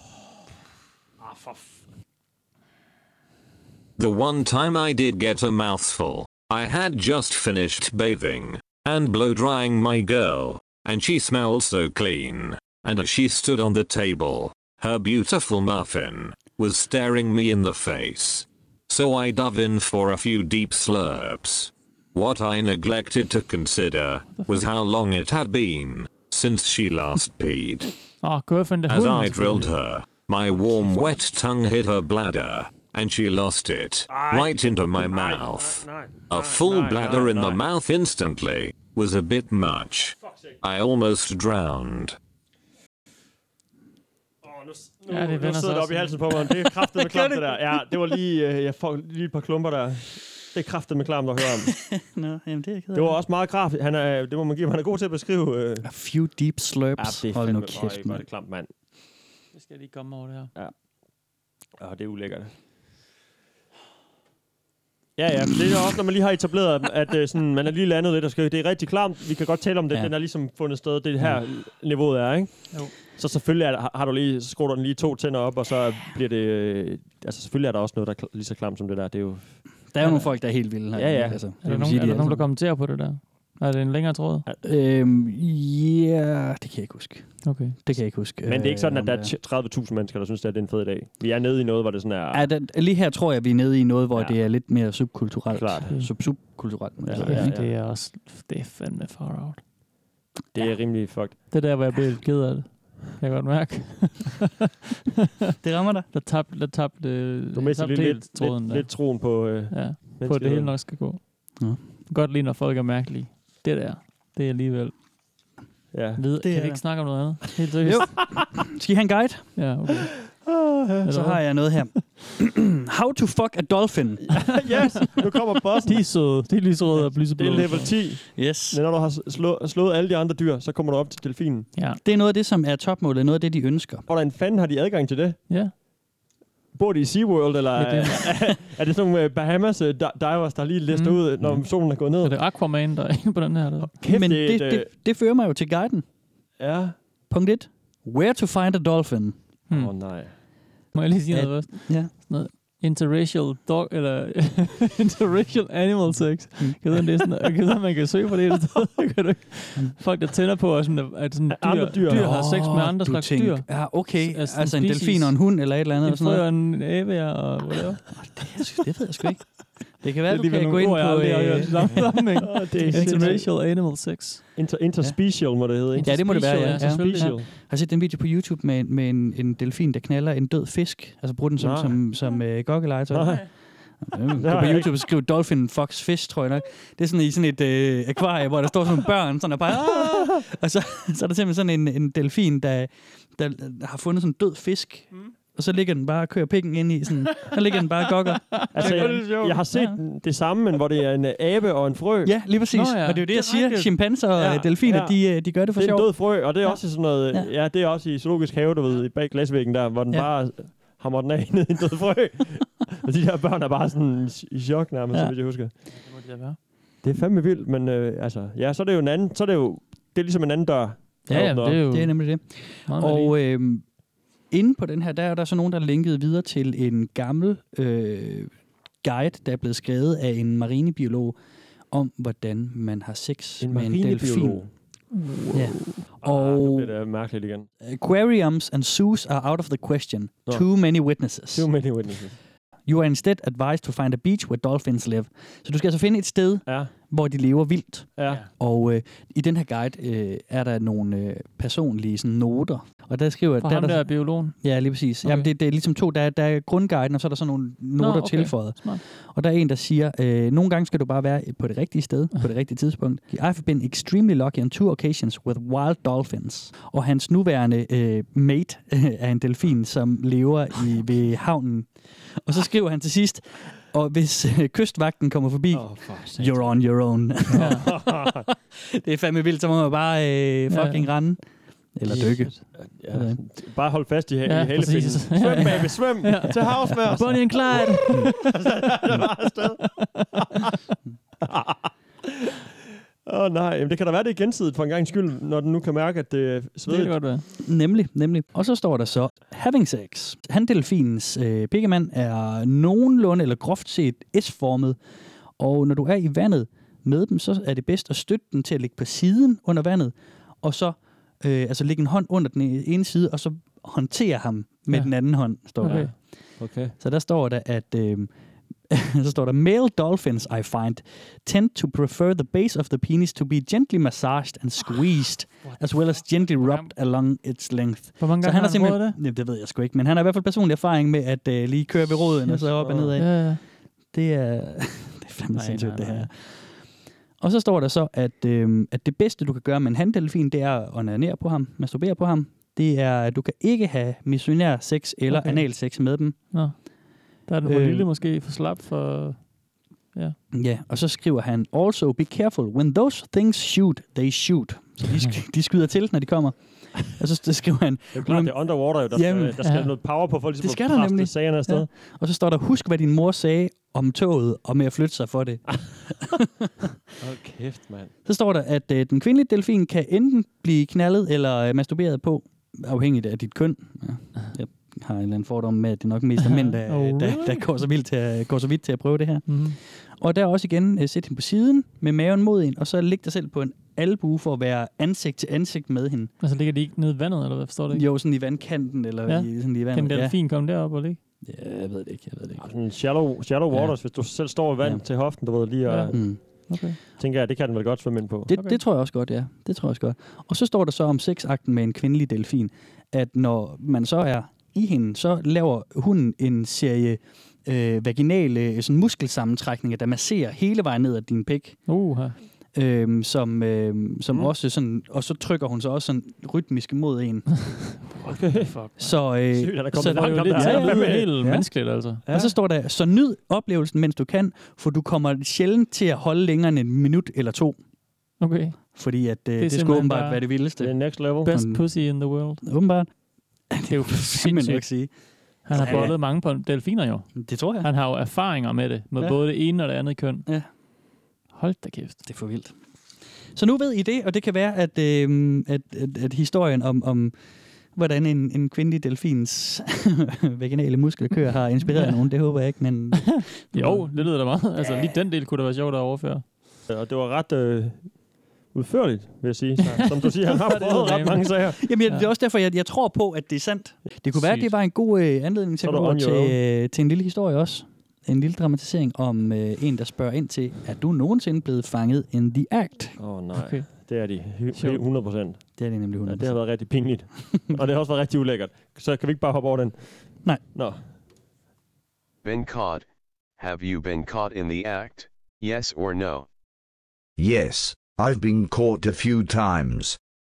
The one time I did get a mouthful, I had just finished bathing and blow drying my girl, and she smelled so clean. And as she stood on the table, her beautiful muffin was staring me in the face. So I dove in for a few deep slurps. What I neglected to consider was how long it had been since she last peed. Oh, girlfriend, as I drilled her, my warm wet tongue hit her bladder, and she lost it right into my mouth. A full bladder in the mouth instantly was a bit much. I almost drowned. Nu, ja, det nu sidder det op i halsen på mig. Det er kraftet med klamt, det der. Ja, det var lige, øh, jeg får lige et par klumper der. Det er kraftet med klamt at høre om. Nå, jamen det er ked af. Det var også meget kraft. Han er, det må man give ham. Han er god til at beskrive. Øh. A few deep slurps. Ja, det er fandme, kæft, øj, det klamt, mand. Det skal lige komme over det her. Ja. Ja, det er ulækkert. Ja, ja, det er også, når man lige har etableret, at øh, sådan, man er lige landet lidt, og skal, det er rigtig klamt. Vi kan godt tale om det. Ja. Den er ligesom fundet sted. Det her mm. niveauet er, ikke? Jo. Så selvfølgelig er der, har du lige, så skruer du den lige to tænder op, og så bliver det... Øh, altså selvfølgelig er der også noget, der er lige så klamt som det der. Det er jo... Der er jo nogle folk, der er helt vilde her. Ja, ja. Altså, er der, nogen, sige, er der nogen, der kommenterer på det der? Er det en længere tråd? Øhm, ja, det kan jeg ikke huske. Okay. Det kan jeg ikke huske. Men det er ikke sådan, at der er tredive tusind mennesker, der synes, at det er en fed dag. Vi er nede i noget, hvor det sådan er... Ja, den, lige her tror jeg, vi er nede i noget, hvor ja. det er lidt mere subkulturelt. Klart. Sub subkulturelt. Ja, ja, ja, ja. Det er også... Det er fandme far out. Det er ja. rimelig fucked. Det er der, hvor jeg bliver lidt ked af det. Jeg kan godt mærke. Det rammer dig. Der tabte... Der tabte du mister lidt, lidt, tråden, lidt, lidt troen på... Øh, ja, på at det hele nok skal gå. Ja. Godt lige, når folk er mærkelige. Det der, det er alligevel... Ja. Ved, det kan vi der. ikke snakke om noget andet? Helt seriøst. Jo. Skal I have en guide? Ja, okay. Uh, så har jeg noget her. How to fuck a dolphin. Yes, nu kommer bossen. De er søde. De er lyserøde og lyseblå. Det er level ti. Yes. Men når du har slå, slået alle de andre dyr, så kommer du op til delfinen. Ja. Det er noget af det, som er topmålet. Noget af det, de ønsker. Hvordan fanden har de adgang til det? Ja. Bor de i SeaWorld, eller ja, det er, er, er det sådan nogle Bahamas uh, divers, der lige lister mm. ud, når mm. solen er gået ned? Er det Aquaman, der er inde på den her? Der? Kæft, Men det, det, det, det fører mig jo til guiden. Ja. Punkt et. Where to find a dolphin. Åh hmm. oh, nej. Må jeg lige sige noget? Ja. Sådan noget interracial dog, eller interracial animal sex. Mm. Kan du det er sådan, kan du, man kan søge på det et sted? Kan du ikke? Folk, der tænder på, at, sådan, at sådan dyr, dyr, dyr har sex med andre slags tænker, dyr. Ja, okay. Altså, altså en delfin og en hund, eller et eller andet. En frø og en ævær og whatever. det, det ved jeg sgu ikke. Det kan være, du kan gå ind på... Øh, interracial animal sex. Inter, interspecial må det hedde. Ja, det må det være, ja. Interspecial. ja. Jeg har set den video på YouTube med, med en, en delfin, der knaller en død fisk. Altså bruger den som, som, som uh, gokkelegetøj. Nej. På YouTube skriver Dolphin Fox Fish, tror jeg nok. Det er sådan i sådan et øh, akvarie, hvor der står sådan nogle børn, sådan der bare... Aah! Og så, så er der simpelthen sådan en, en delfin, der, der har fundet sådan en død fisk. Mm. Og så ligger den bare og kører pikken ind i sådan... Så ligger den bare og gokker. Altså, jeg, jeg har set ja. det samme, men hvor det er en abe og en frø. Ja, lige præcis. Nå, ja. Og det er jo det, jeg siger. Chimpanser og ja, delfiner, ja. de, de gør det for sjov. Det er en død frø, og det er ja. også sådan noget... Ja. ja, det er også i zoologisk have, du ved, bag glasvæggen der, hvor den ja. bare hammer den af ned i en død frø. Og de her børn er bare sådan i chok nærmest, ja. så vidt jeg husker. Det må det være. Det er fandme vildt, men øh, altså... Ja, så er det jo en anden... Så er det jo... Det er ligesom en anden dør. Ja, ja, det er jo... Det er nemlig det. Og... Øh, inde på den her, der er der så nogen, der er linket videre til en gammel øh, guide, der er blevet skrevet af en marinebiolog, om hvordan man har sex en med en delfin. Wow. Ja. Og ah, det er mærkeligt igen. Aquariums and zoos are out of the question. No. Too many witnesses. Too many witnesses. You are instead advised to find a beach where dolphins live. Så du skal altså finde et sted, ja. hvor de lever vildt. Ja. Og øh, i den her guide øh, er der nogle øh, personlige sådan, noter. Og der skriver... For der ham er der, der er biologen? Ja, lige præcis. Okay. Jamen, det, det er ligesom to. Der er, der er grundguiden, og så er der sådan nogle noter Nå, okay. tilføjet. Smart. Og der er en, der siger, øh, nogle gange skal du bare være på det rigtige sted, på det rigtige tidspunkt. I've been extremely lucky on two occasions with wild dolphins. Og hans nuværende øh, mate øh, er en delfin, som lever i, ved havnen. Og så skriver han til sidst, og hvis øh, kystvagten kommer forbi, oh, you're on your own. Det er fandme vildt, så må man bare øh, fucking ja. rende. Eller dykke. Ja. Ja. Bare hold fast i, ha- ja, i halefinden. Svøm, baby, svøm. Ja. Til havs med os. Bonnie and Clyde. Det er bare afsted. Åh oh, nej, Jamen, det kan da være, det er gensidigt for en gang skyld, når den nu kan mærke, at det er svedigt. Det kan godt være. Nemlig, nemlig. Og så står der så, having sex. Handelfinens øh, pikkemand er nogenlunde eller groft set S-formet, og når du er i vandet med dem, så er det bedst at støtte den til at ligge på siden under vandet, og så øh, altså lægge en hånd under den ene side, og så håndtere ham med ja. den anden hånd, står okay. der. Okay. Så der står der, at... Øh, så står der, male dolphins, I find, tend to prefer the base of the penis to be gently massaged and squeezed, as well as gently rubbed along its length. Hvor mange så gange han har han det? Jamen, det ved jeg sgu ikke, men han har i hvert fald personlig erfaring med at uh, lige køre ved roden og så op og ned af. Ja, ja. Det er, det er fandme sindssygt, det her. Og så står der så, at, øh, at det bedste, du kan gøre med en handelfin, det er at onanere på ham, masturbere på ham. Det er, at du kan ikke have missionær sex eller okay. anal sex med dem. Nå. Der er den for øh, lille måske, for slap, for... Ja. Ja, og så skriver han, also be careful, when those things shoot, they shoot. Så de, sk- de skyder til, når de kommer. Og så skriver han... Det er jo klart, det er underwater, jo. Der jamen, skal, der skal ja. noget power på, for ligesom det skal at presse sagerne afsted. Ja. Og så står der, husk hvad din mor sagde om toget, og med at flytte sig for det. Hold kæft, mand. Så står der, at øh, den kvindelige delfin kan enten blive knaldet eller øh, masturberet på, afhængigt af dit køn. Ja. Jeg har en eller anden fordom med, at det er nok mest af mænd, der, oh, der, der går, så vildt til at, går så vidt til at prøve det her. Mm-hmm. Og der er også igen, uh, sæt hende på siden, med maven mod en, og så læg dig selv på en albue for at være ansigt til ansigt med hende. Altså ligger de ikke nede i vandet, eller hvad, forstår du ikke? Jo, sådan i vandkanten, eller ja. i, sådan i vandet. Kan den delfin ja. komme derop, eller ikke? Ja, jeg ved det ikke, jeg ved det ikke. Ja, sådan shallow, shallow waters, ja. hvis du selv står i vand ja. til hoften, du ved, lige og... Ja. Mm. Okay. Tænker jeg, det kan den vel godt svømme ind på. Det, okay. det tror jeg også godt, ja. Det tror jeg også godt. Og så står der så om sexakten med en kvindelig delfin, at når man så er i hende, så laver hunden en serie øh, vaginale sådan muskelsammentrækninger, der masserer hele vejen ned ad din pik. Uh-huh. Øhm, som øh, som mm. også sådan, og så trykker hun så også sådan rytmisk mod en. Okay, fuck. Så øh, Sygt, der så det er jo lidt ja, ja, helt ja. menneskeligt, altså. Ja. Og så står der, så nyd oplevelsen, mens du kan, for du kommer sjældent til at holde længere end en minut eller to. Okay. Fordi at øh, det, det skal åbenbart være det vildeste. Det er next level. Best pussy in the world. Åbenbart. Det er jo simpelthen nok sige. Han har bollet ja. mange på delfiner jo. Det tror jeg. Han har jo erfaringer med det, med ja. både det ene og det andet køn. Ja. Hold da kæft. Det er for vildt. Så nu ved I det, og det kan være, at, øh, at, at, at historien om, om hvordan en, en kvindelig delfins vaginale muskelkør har inspireret ja. nogen, det håber jeg ikke, men... jo, det lyder da meget. Altså lige den del kunne da være sjovt at overføre. Og det var ret... Øh udførligt, vil jeg sige. Så, som du siger, han har prøvet ret mange sager. Jamen, jeg, det er også derfor, jeg, jeg tror på, at det er sandt. Det kunne være, at det var en god øh, anledning til at gå til, øh, til en lille historie også. en lille dramatisering om øh, en, der spørger ind til, er du nogensinde blevet fanget in the act? Åh oh, nej, okay. Det er de hundrede procent. Det er de nemlig hundrede procent. Ja, det har været rigtig pinligt. Og det har også været rigtig ulækkert. Så kan vi ikke bare hoppe over den? Nej. Nå. Been caught. Have you been caught in the act? Yes or no? Yes, I've been caught a few times.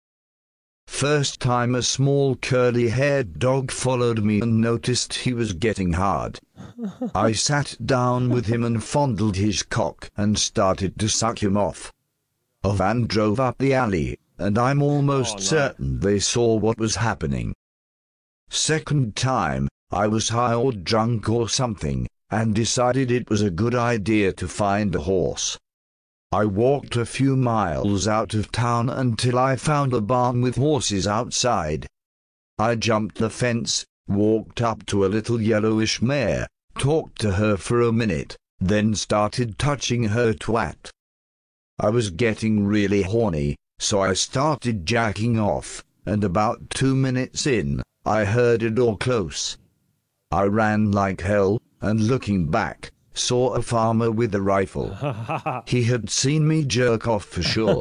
First time a small curly-haired dog followed me and noticed he was getting hard. I sat down with him and fondled his cock and started to suck him off. A van drove up the alley, and I'm almost oh, no. certain they saw what was happening. Second time, I was high or drunk or something, and decided it was a good idea to find a horse. I walked a few miles out of town until I found a barn with horses outside. I jumped the fence, walked up to a little yellowish mare, talked to her for a minute, then started touching her twat. I was getting really horny, so I started jacking off, and about two minutes in, I heard a door close. I ran like hell, and looking back, saw a farmer with a rifle. He had seen me jerk off for sure.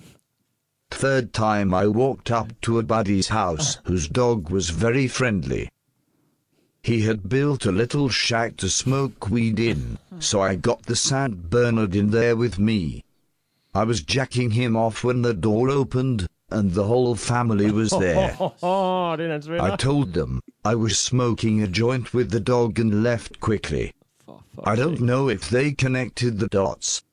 Third time I walked up to a buddy's house whose dog was very friendly. He had built a little shack to smoke weed in, so I got the Saint Bernard in there with me. I was jacking him off when the door opened, and the whole family was there. I told them I was smoking a joint with the dog and left quickly. I don't know if they connected the dots.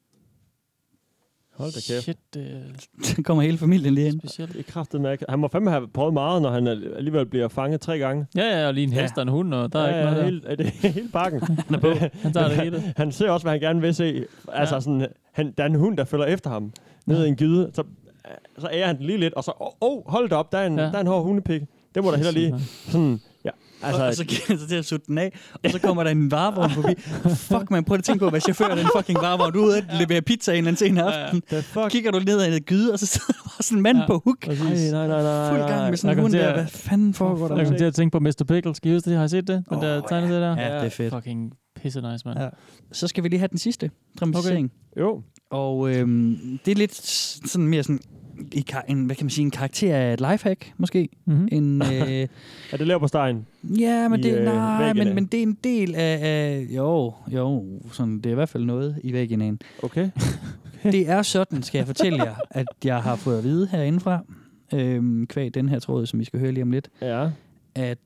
Hold da kæft. Shit, det kommer hele familien lige ind. Specielt. Det er kraftigt mærke. Han må fandme have prøvet meget, når han alligevel bliver fanget tre gange. Ja, ja, og lige en hest ja. og en hund, og der er ja, ikke noget hele, der. Det er hele bakken. Han er på. Han tager det hele. Han ser også, hvad han gerne vil se. Altså ja. sådan, han, der er en hund, der følger efter ham ned i en gyde. Så, så ærer han den lige lidt, og så, åh, oh, hold da op, der er en, ja. der er en hård hundepik. Det må der heller lige sådan... Ja, altså, og, og så giver han sig til at sutte den af, og så kommer der en varevogn forbi. Fuck, man, prøv at tænke på, hvad chauffør den fucking varevogn. Du er ude at levere pizza en eller anden sen aften. Ja, ja. Kigger du ned ad en gyde, og så sidder der bare sådan en mand ja, på hook. Nej, nej, nej, nej. Fuld gang med sådan en hund der. Hvad fanden foregår der? Jeg kommer til at tænke på mister Pickles. Skal I huske det? Har I set det? Den oh, der tegnet det der? Ja, det er fedt. Fucking pisse nice, mand. Ja. Så skal vi lige have den sidste dramatisering. Okay. Jo. Og øhm, det er lidt sådan mere sådan... I en, hvad kan man sige, en karakter af et lifehack, måske. Mm-hmm. En, øh, er det lavet på stegen? Ja, men, I, det, øh, nej, men, men det er en del af, af jo, jo, sådan, det er i hvert fald noget i væggen. Okay. Det er sådan, skal jeg fortælle jer, at jeg har fået at vide herindefra, øhm, kvæg den her tråd, som vi skal høre lige om lidt, ja. at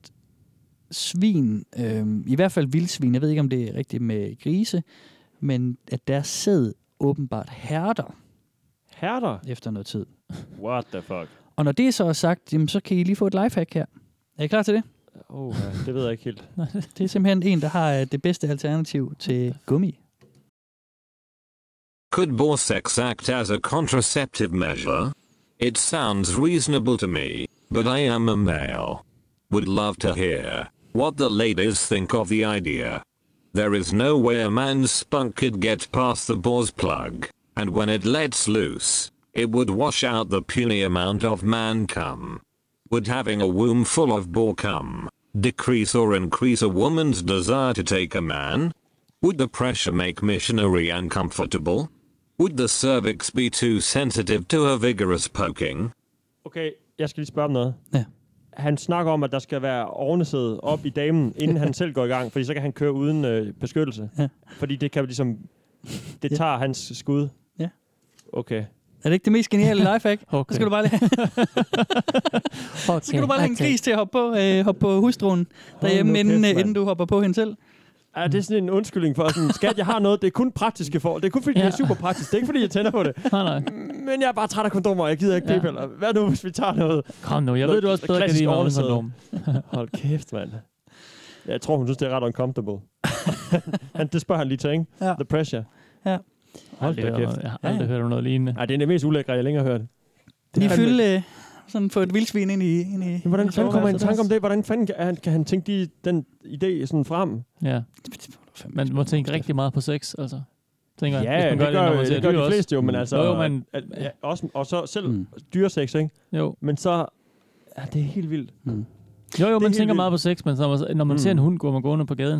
svin, øhm, i hvert fald vildsvin, jeg ved ikke, om det er rigtigt med grise, men at der sæd åbenbart hærder. Hærder? Efter noget tid. What the fuck? Og når det så er sagt, jamen, så kan I lige få et lifehack her. Er I klar til det? Oh, ja, det ved jeg ikke helt. Det er simpelthen en, der har det bedste alternativ til gummi. Could bore sex act as a contraceptive measure? It sounds reasonable to me, but I am a male. Would love to hear what the ladies think of the idea. There is no way a man's spunk could get past the bore's plug, and when it lets loose, it would wash out the puny amount of man cum. Would having a womb full of boar cum decrease or increase a woman's desire to take a man? Would the pressure make missionary uncomfortable? Would the cervix be too sensitive to a vigorous poking? Okay, jeg skal lige spørge om noget. Ja. Han snakker om, at der skal være ordnesæde op i damen, inden han selv går i gang, fordi så kan han køre uden øh, beskyttelse. Ja. Fordi det kan ligesom... Det tager ja. hans skud. Ja. Okay. Er det ikke det mest geniale lifehack? Okay. Så skal du bare lige... okay. Så skal du bare have en gris til at hoppe på, øh, hoppe på hustruen derhjemme, inden, kæft, inden du hopper på hende selv. Ja, det er sådan en undskyldning for sådan, skat, jeg har noget, det er kun praktiske forhold. Det er kun fordi, ja. det er super praktisk. Det er ikke fordi, jeg tænder på det. Nej, nej. Men jeg er bare træt af kondomer, jeg gider ikke ja. p-piller. Hvad nu, hvis vi tager noget? Kom nu, jeg ved, du også bedre kan lide noget kondom. Hold kæft, mand. Jeg tror, hun synes, det er ret uncomfortable. Det spørger han lige til, ikke? Ja. The pressure. Ja. Hold da kæft. Jeg har aldrig hørt om noget lignende. Nej, det er det mest ulækre, jeg længere har hørt. Lige fylde... Sådan få et vildsvin ind i... Ind i hvordan fanden kommer han i tanke om det? Hvordan fanden kan han, kan han tænke de, den idé sådan frem? Ja. Man må tænke rigtig meget på sex, altså. Tænker ja, jeg. det gør, det, det, det gør de fleste jo, men altså... Jo, man, at, ja, også, og så selv mm. dyresex, ikke? Jo. Men så... Ja, det er helt vildt. Mm. Jo, jo, man tænker meget på sex, men så, når man mm. ser en hund gå med gående på gaden, så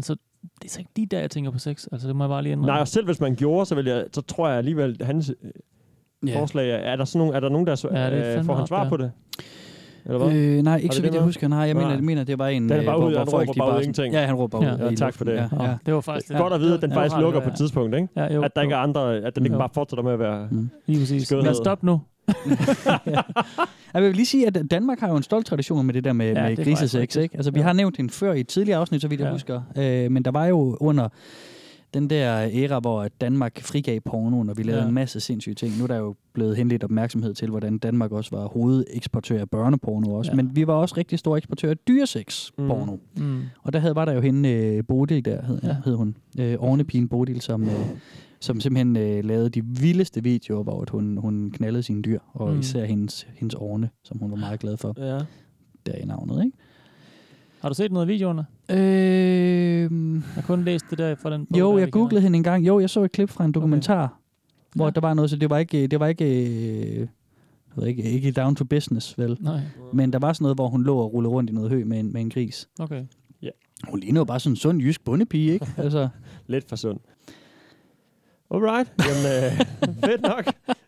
det er så ikke lige der, jeg tænker på sex. Altså, det må jeg bare lige ændre. Nej, og selv hvis man gjorde, så, vil jeg, så tror jeg alligevel, hans yeah. forslag, er der, sådan nogen, er der nogen, der ja, øh, får han svar op, på det? Eller hvad? Øh, nej, ikke så vidt jeg husker. Nej, jeg mener, jeg mener, det var en, den er bare hvor, ud, hvor han folk råber de bare bare ud ingenting. Ja, han råber bare ja, ud. Ja, tak for det. Ja, ja. Det var faktisk det. Godt at vide, at den ja, faktisk lukker på et tidspunkt, ikke? Ja, jo, at der ikke er andre, at den ikke bare fortsætter med at være mm. Lige præcis. Lad os stoppe nu. ja. Jeg vil lige sige, at Danmark har jo en stolt tradition med det der med, ja, med grisesex, ikke? Altså, vi ja. har nævnt den før i et tidligere afsnit, så vidt jeg ja. husker. Øh, men der var jo under den der æra, hvor Danmark frigav pornoen, og vi lavede ja. en masse sindssyge ting. Nu er der jo blevet henledt opmærksomhed til, hvordan Danmark også var hovedeksportør af børneporno også. Ja. Men vi var også rigtig store eksportør af dyresex-porno. Mm. Mm. Og der havde, var der jo hende, Bodil der, hed, ja. hed hun. Øh, Ornepigen Bodil, som, øh, som simpelthen øh, lavede de vildeste videoer, hvor hun, hun knaldede sine dyr. Og mm. især hendes, hendes Orne, som hun var meget glad for. Ja. Der i navnet, ikke? Har du set noget af videoerne? Øh, jeg har kun læst det der fra den bog. Jo, der, jeg googlede hende en gang. Jo, jeg så et klip fra en dokumentar, okay. hvor ja. der var noget, så det var ikke, det var ikke, jeg ved ikke, ikke down to business, vel? Nej. Men der var sådan noget, hvor hun lå og rullede rundt i noget hø med en, med en gris. Okay. Ja. Hun ligner jo bare sådan en sund jysk bondepige, ikke? Altså. Lidt for sund. Alright. Jamen, øh, fedt nok.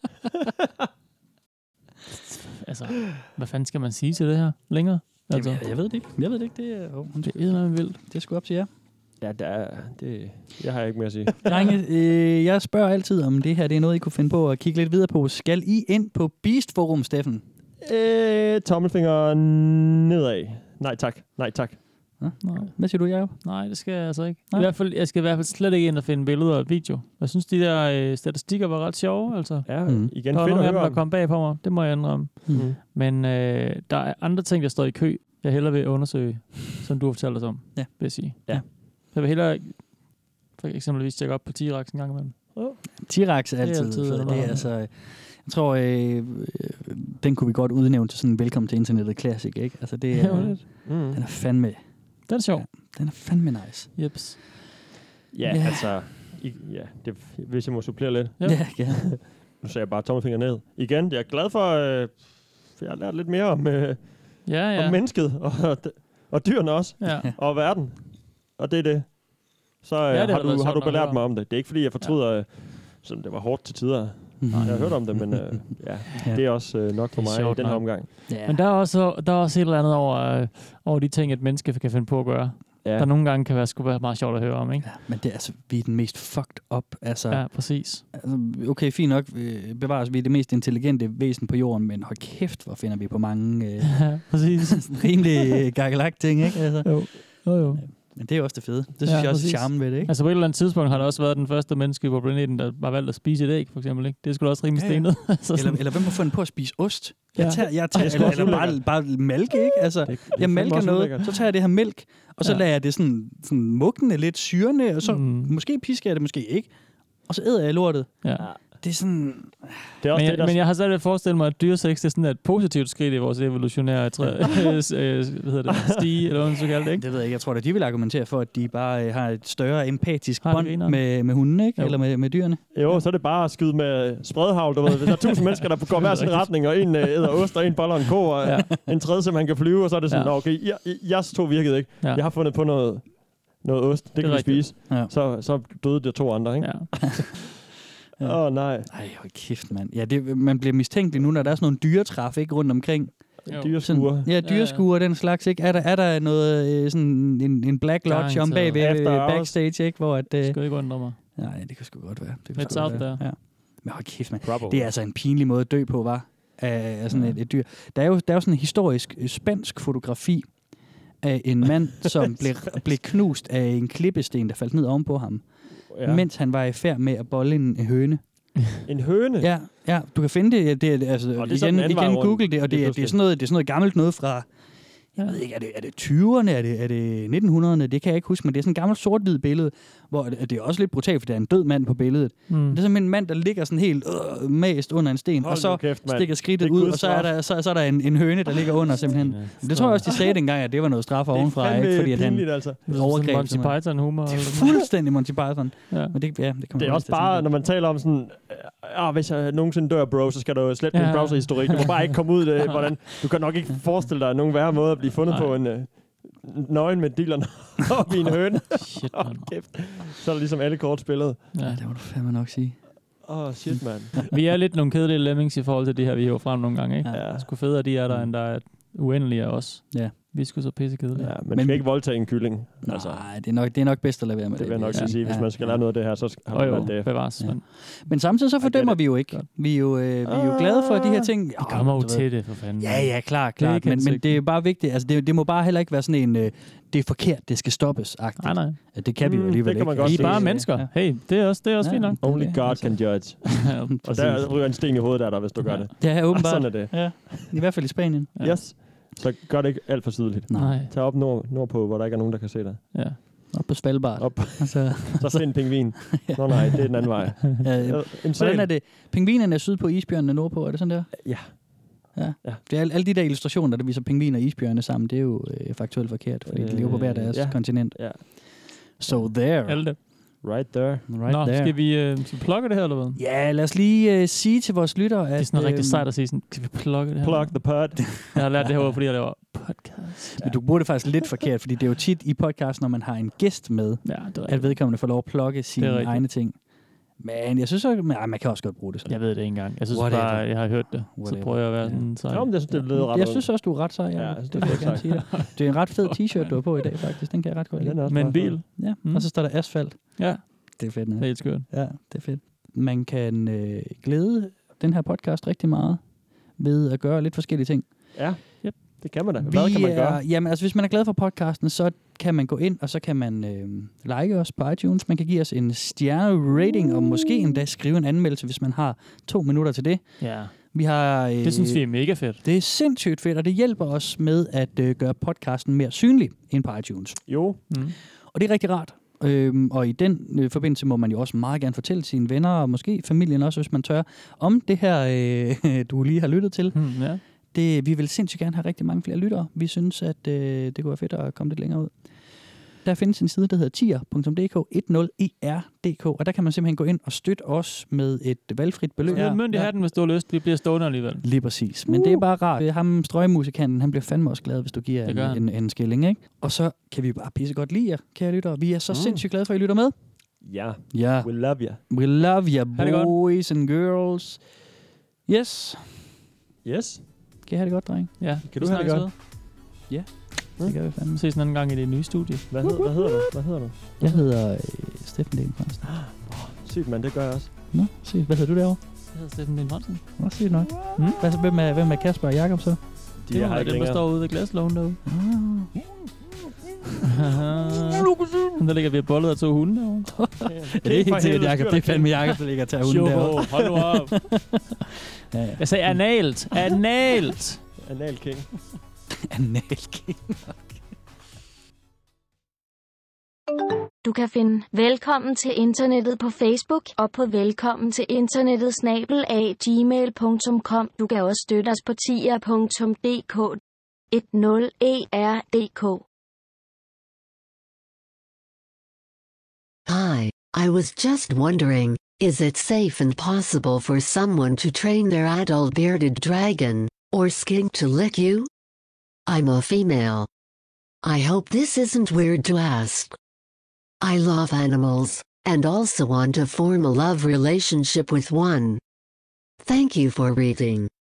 Altså, hvad fanden skal man sige til det her længere? Altså. Jeg, jeg ved det ikke. Jeg ved det ikke. Det er, oh, det er noget vildt. Det er sgu op til jer. Ja, der er, det, jeg har ikke mere at sige. Drenge, øh, jeg spørger altid, om det her det er noget, I kunne finde på at kigge lidt videre på. Skal I ind på Beast Forum, Steffen? Øh, tommelfinger nedad. Nej tak. Nej tak. Ja? Nej. Hvad siger du, Jacob? Nej, det skal jeg altså ikke. I hvert fald, jeg skal i hvert fald slet ikke ind og finde billeder og video. Jeg synes, de der øh, statistikker var ret sjove. Altså. Ja, mm. igen der var fedt nogle at af dem, høre der kom bag på mig. Det må jeg ændre mm. Men øh, der er andre ting, der står i kø, jeg hellere vil undersøge, som du har fortalt os om, ja. vil jeg sige. Ja. Jeg vil hellere for eksempelvis tjekke op på T-Rex en gang imellem. Oh. T-Rex er altid, altid det, det er altså... Jeg tror, øh, den kunne vi godt udnævne til sådan en velkommen til internettet classic, ikke? Altså det er, mm. den er fandme... Den er sjov. Ja, den er fandme nice. Jeps. Ja, yeah. altså... I, ja, det, hvis jeg må supplere lidt. Ja, ja. ja. Nu ser jeg bare tommelfinger ned. Igen, jeg er glad for... Øh, for jeg har lært lidt mere om, øh, ja, ja. om mennesket og, og dyrene også. Ja. Og verden. Og det er det. Så øh, ja, det har, du, har du belært mig om det. Det er ikke fordi, jeg fortryder, ja. øh, som det var hårdt til tider. Nej. Jeg har hørt om det, men øh, ja, ja. det er også øh, nok for mig i den her omgang. Ja. Men der er, også, der er også et eller andet over, øh, over de ting, et menneske kan finde på at gøre. Ja. Der nogle gange kan være, skulle være meget sjovt at høre om, ikke? Ja, men det er altså, vi er den mest fucked up. Altså, ja, præcis. Altså, okay, fint nok, bevares, vi er det mest intelligente væsen på jorden, men hold kæft, hvor finder vi på mange øh, ja, præcis. rimelig gakkelagt ting, ikke? Altså. Jo, jo, jo. Men det er også det fede. Det synes ja, jeg også er charmen ved det, ikke? Altså på et eller andet tidspunkt har der også været den første menneske på planeten, der bare valgt at spise et æg, for eksempel, ikke? Det er sgu da også rimelig ja, ja. stenet. eller, eller hvem har fundet på at spise ost? Jeg tager, jeg tager, eller, eller bare, bare mælke, ikke? Altså, det, det jeg mælker noget, ulækkert. Så tager jeg det her mælk, og så ja. lader jeg det sådan, sådan muggende, lidt syrende, og så mm. måske pisker jeg det, måske ikke. Og så æder jeg lortet. Ja. Det er sådan... Det er også men, det, jeg, men jeg har slet ikke forestillet mig, at dyresex er sådan et positivt skridt i vores evolutionære træ, øh, hvad hedder det, stige, eller hvad man så kalder det, ikke? Det ved jeg ikke. Jeg tror at de vil argumentere for, at de bare har et større empatisk bånd med, med hundene, ikke? Eller med, med dyrene. Jo, så er det bare at skyde med spredhavl, du ved. Hvis der er tusind mennesker, der går hver sin retning, og en æder ost, og en boller og en ko, og ja. en tredje, som man kan flyve, og så er det sådan, ja. okay, jeg, jeres to virkede ikke. Ja. Jeg har fundet på noget, noget ost, det, det kan vi spise. Ja. Så, så døde de to andre, ikke? Ja. Åh, ja. oh, nej. Ej, hold kæft, mand. Ja, det, man bliver mistænkelig nu, når der er sådan nogle dyretræf, ikke, rundt omkring. Dyreskuer. Ja, dyreskuer, den slags, ikke? Er der, er der noget, sådan en, en black lodge om bag ved backstage, ikke? Hvor at... Det skal ikke undre mig. Nej, det kan sgu godt være. Det Let's out there. Ja. Men hold kæft, mand. Det er altså en pinlig måde at dø på, var af, af sådan ja. et, et dyr. Der er, jo, der er jo sådan en historisk spansk fotografi af en mand, som blev, blev knust af en klippesten, der faldt ned ovenpå ham. Ja. Mens han var i færd med at bolle en høne. En høne? Ja, ja, du kan finde det. Det er, altså, og det er igen, igen Google det, og det, det, er sådan noget, det er sådan noget gammelt noget fra, jeg ved ikke, er det, er det tyverne, er det, er det nitten hundrederne, det kan jeg ikke huske, men det er sådan et gammelt sort-hvid billede, hvor det er også lidt brutalt, for det er en død mand på billedet. Mm. Det er simpelthen en mand, der ligger sådan helt øh, mast under en sten, Hold og så kæft, stikker skridtet ud, og så er der, så, så er der en, en høne, der ligger under simpelthen. Ja, det tror jeg også, de sagde dengang, at det var noget straf ovenfra, ikke? Fordi at han altså. overgreb. Monty Python humor. Det er fuldstændig Monty Python. Ja. Men det, ja, det, det er også bare, når man taler om sådan, ah, hvis jeg nogensinde dør, bro, så skal du slette ja. min browserhistorik. Du må bare ikke komme ud af, hvordan, du kan nok ikke forestille dig nogen værre måde at blive fundet Nej. på en... nøgen med dillerne op i en høne. Shit, man. Oh, kæft. Så er det ligesom alle kort spillet. Ja, det må du fandme nok sige. Åh, oh, shit, man. Vi er lidt nogle kedelige lemmings i forhold til de her, vi hiver frem nogle gange, ikke? Ja. Ja. Sgu federe, de er der, end der er uendelige af os. Ja. Vi er sgu så pissekedelige. Ja, men, men skal ikke voldtage en kylling. Nej, altså. det, er nok, det er nok bedst at lade være med det. Det vil jeg nok ja. sige. Hvis ja. man skal lære noget af det her, så har man været det. Bevares, ja. men. men samtidig så fordømmer vi jo ikke. Vi er jo, øh, vi er jo glade for de her ting. Vi kommer jo til det, for fanden. Ja, ja, klart, klart. Men, men det er bare vigtigt. Altså, det, det må bare heller ikke være sådan en, øh, det er forkert, det skal stoppes. Nej, nej. Ja, det kan vi jo alligevel det kan man ikke. godt Vi er se. bare mennesker. Ja. Hey, det er også, det er også ja, fint nok. Only okay, God altså. can judge. Og der ryger en sten i hovedet af dig, hvis du gør det. Det er åbenbart. Sådan er det. Ja. I hvert fald i Spanien. Ja. Yes. Så gør det ikke alt for tydeligt. Nej. Tag op nord, nordpå, hvor der ikke er nogen, der kan se dig. Ja. Op på Svalbard. Op. Altså. Så find en pingvin. ja. Nå nej, det er den anden vej. Ja, hvordan er det? Pingvinerne er sydpå, isbjørnene er nordpå, er det sådan der? Ja. Ja. ja. Det er alle, alle de der illustrationer, der viser pingviner og isbjørne sammen, det er jo øh, faktuelt forkert, fordi øh, de lever på hver deres ja. kontinent. Ja. So there. Alle det. Right there. Right Nå, there. skal vi øh, skal vi plukke det her, eller hvad? Ja, lad os lige øh, sige til vores lyttere, at... Det er sådan noget øh, rigtig sejt at sige sådan, skal vi plukke det her? Plug the pod. Jeg har lært det her, fordi jeg laver podcast. Men du burde faktisk lidt forkert, fordi det er jo tit i podcast, når man har en gæst med, ja, det er at vedkommende får lov at plukke sine egne ting. Men jeg synes også, nej, man kan også godt bruge det sådan. Jeg ved det ikke engang. Jeg synes Whatever. bare, jeg har hørt det. Whatever. Så prøver jeg at være sådan sej. Ja, men det, det lyder ret. Jeg synes også, du er ret sej. Ja, ja det, det vil jeg gerne sige dig. Det er en ret fed t-shirt, du har på i dag, faktisk. Den kan jeg ret godt lide. Med en bil. Ja, mm. og så står der asfalt. Ja. Det er fedt. Det er helt skørt. Ja, det er fedt. Man kan øh, glæde den her podcast rigtig meget ved at gøre lidt forskellige ting. Ja, yep. Det kan man da. Hvad Vi kan man gøre? Er, jamen, altså, hvis man er glad for podcasten, så kan man gå ind, og så kan man øh, like os på iTunes. Man kan give os en stjerne-rating, og måske endda skrive en anmeldelse, hvis man har to minutter til det. Ja. Vi har, øh, det synes vi er mega fedt. Det er sindssygt fedt, og det hjælper os med at øh, gøre podcasten mere synlig ind på iTunes. Jo. Mm. Og det er rigtig rart. Øhm, og i den øh, forbindelse må man jo også meget gerne fortælle sine venner, og måske familien også, hvis man tør, om det her, øh, du lige har lyttet til. Hmm, ja. Det, vi vil sindssygt gerne have rigtig mange flere lyttere. Vi synes, at øh, det kunne være fedt at komme lidt længere ud. Der findes en side, der hedder tier punktum d k, ti er punktum d k, og der kan man simpelthen gå ind og støtte os med et valgfrit beløb. Ja, mønt i hatten, hvis du har lyst. Vi bliver stående alligevel. Lige præcis. Men uh. det er bare rart. Ham strøgmusikanten, han bliver fandme også glad, hvis du giver en, en, en skilling, ikke? Og så kan vi bare pisse godt lide jer, kære lyttere. Vi er så mm. sindssygt glade for, at I lytter med. Ja. Ja. We love you. We love you, boys and girls. Yes. Yes. Kan I have det godt, dreng? Ja. Kan du have det godt? Ja. Det kan vi fandme. Vi ses en anden gang i det nye studie. Hvad, hed, hvad hedder du? Hvad hedder du? Jeg hedder øh, Steffen Den Fransen. Oh, sygt, mand. Det gør jeg også. Nå, se. Hvad hedder du derovre? Jeg hedder Steffen Den Fransen. Nå, sygt nok. Mm? Hvad, hvem, er, hvem er Kasper og Jakob så? De det er dem, der står ude ved glaslågen derude. Ah. Der ligger vi og bollet af to hunde derovre. Det er ikke sikkert, Jakob. Det er fandme Jakob, der ligger og tager hunde derovre. Hold nu op. ja, ja. Jeg sagde analt. Analt. Anal King. Anal King. Du kan finde Velkommen til internettet på Facebook og på velkommen til internettet snabel-a gmail punktum com. Du kan også støtte os på tier punktum d k. ti er punktum d k. Hi, I was just wondering, is it safe and possible for someone to train their adult bearded dragon, or skink to lick you? I'm a female. I hope this isn't weird to ask. I love animals, and also want to form a love relationship with one. Thank you for reading.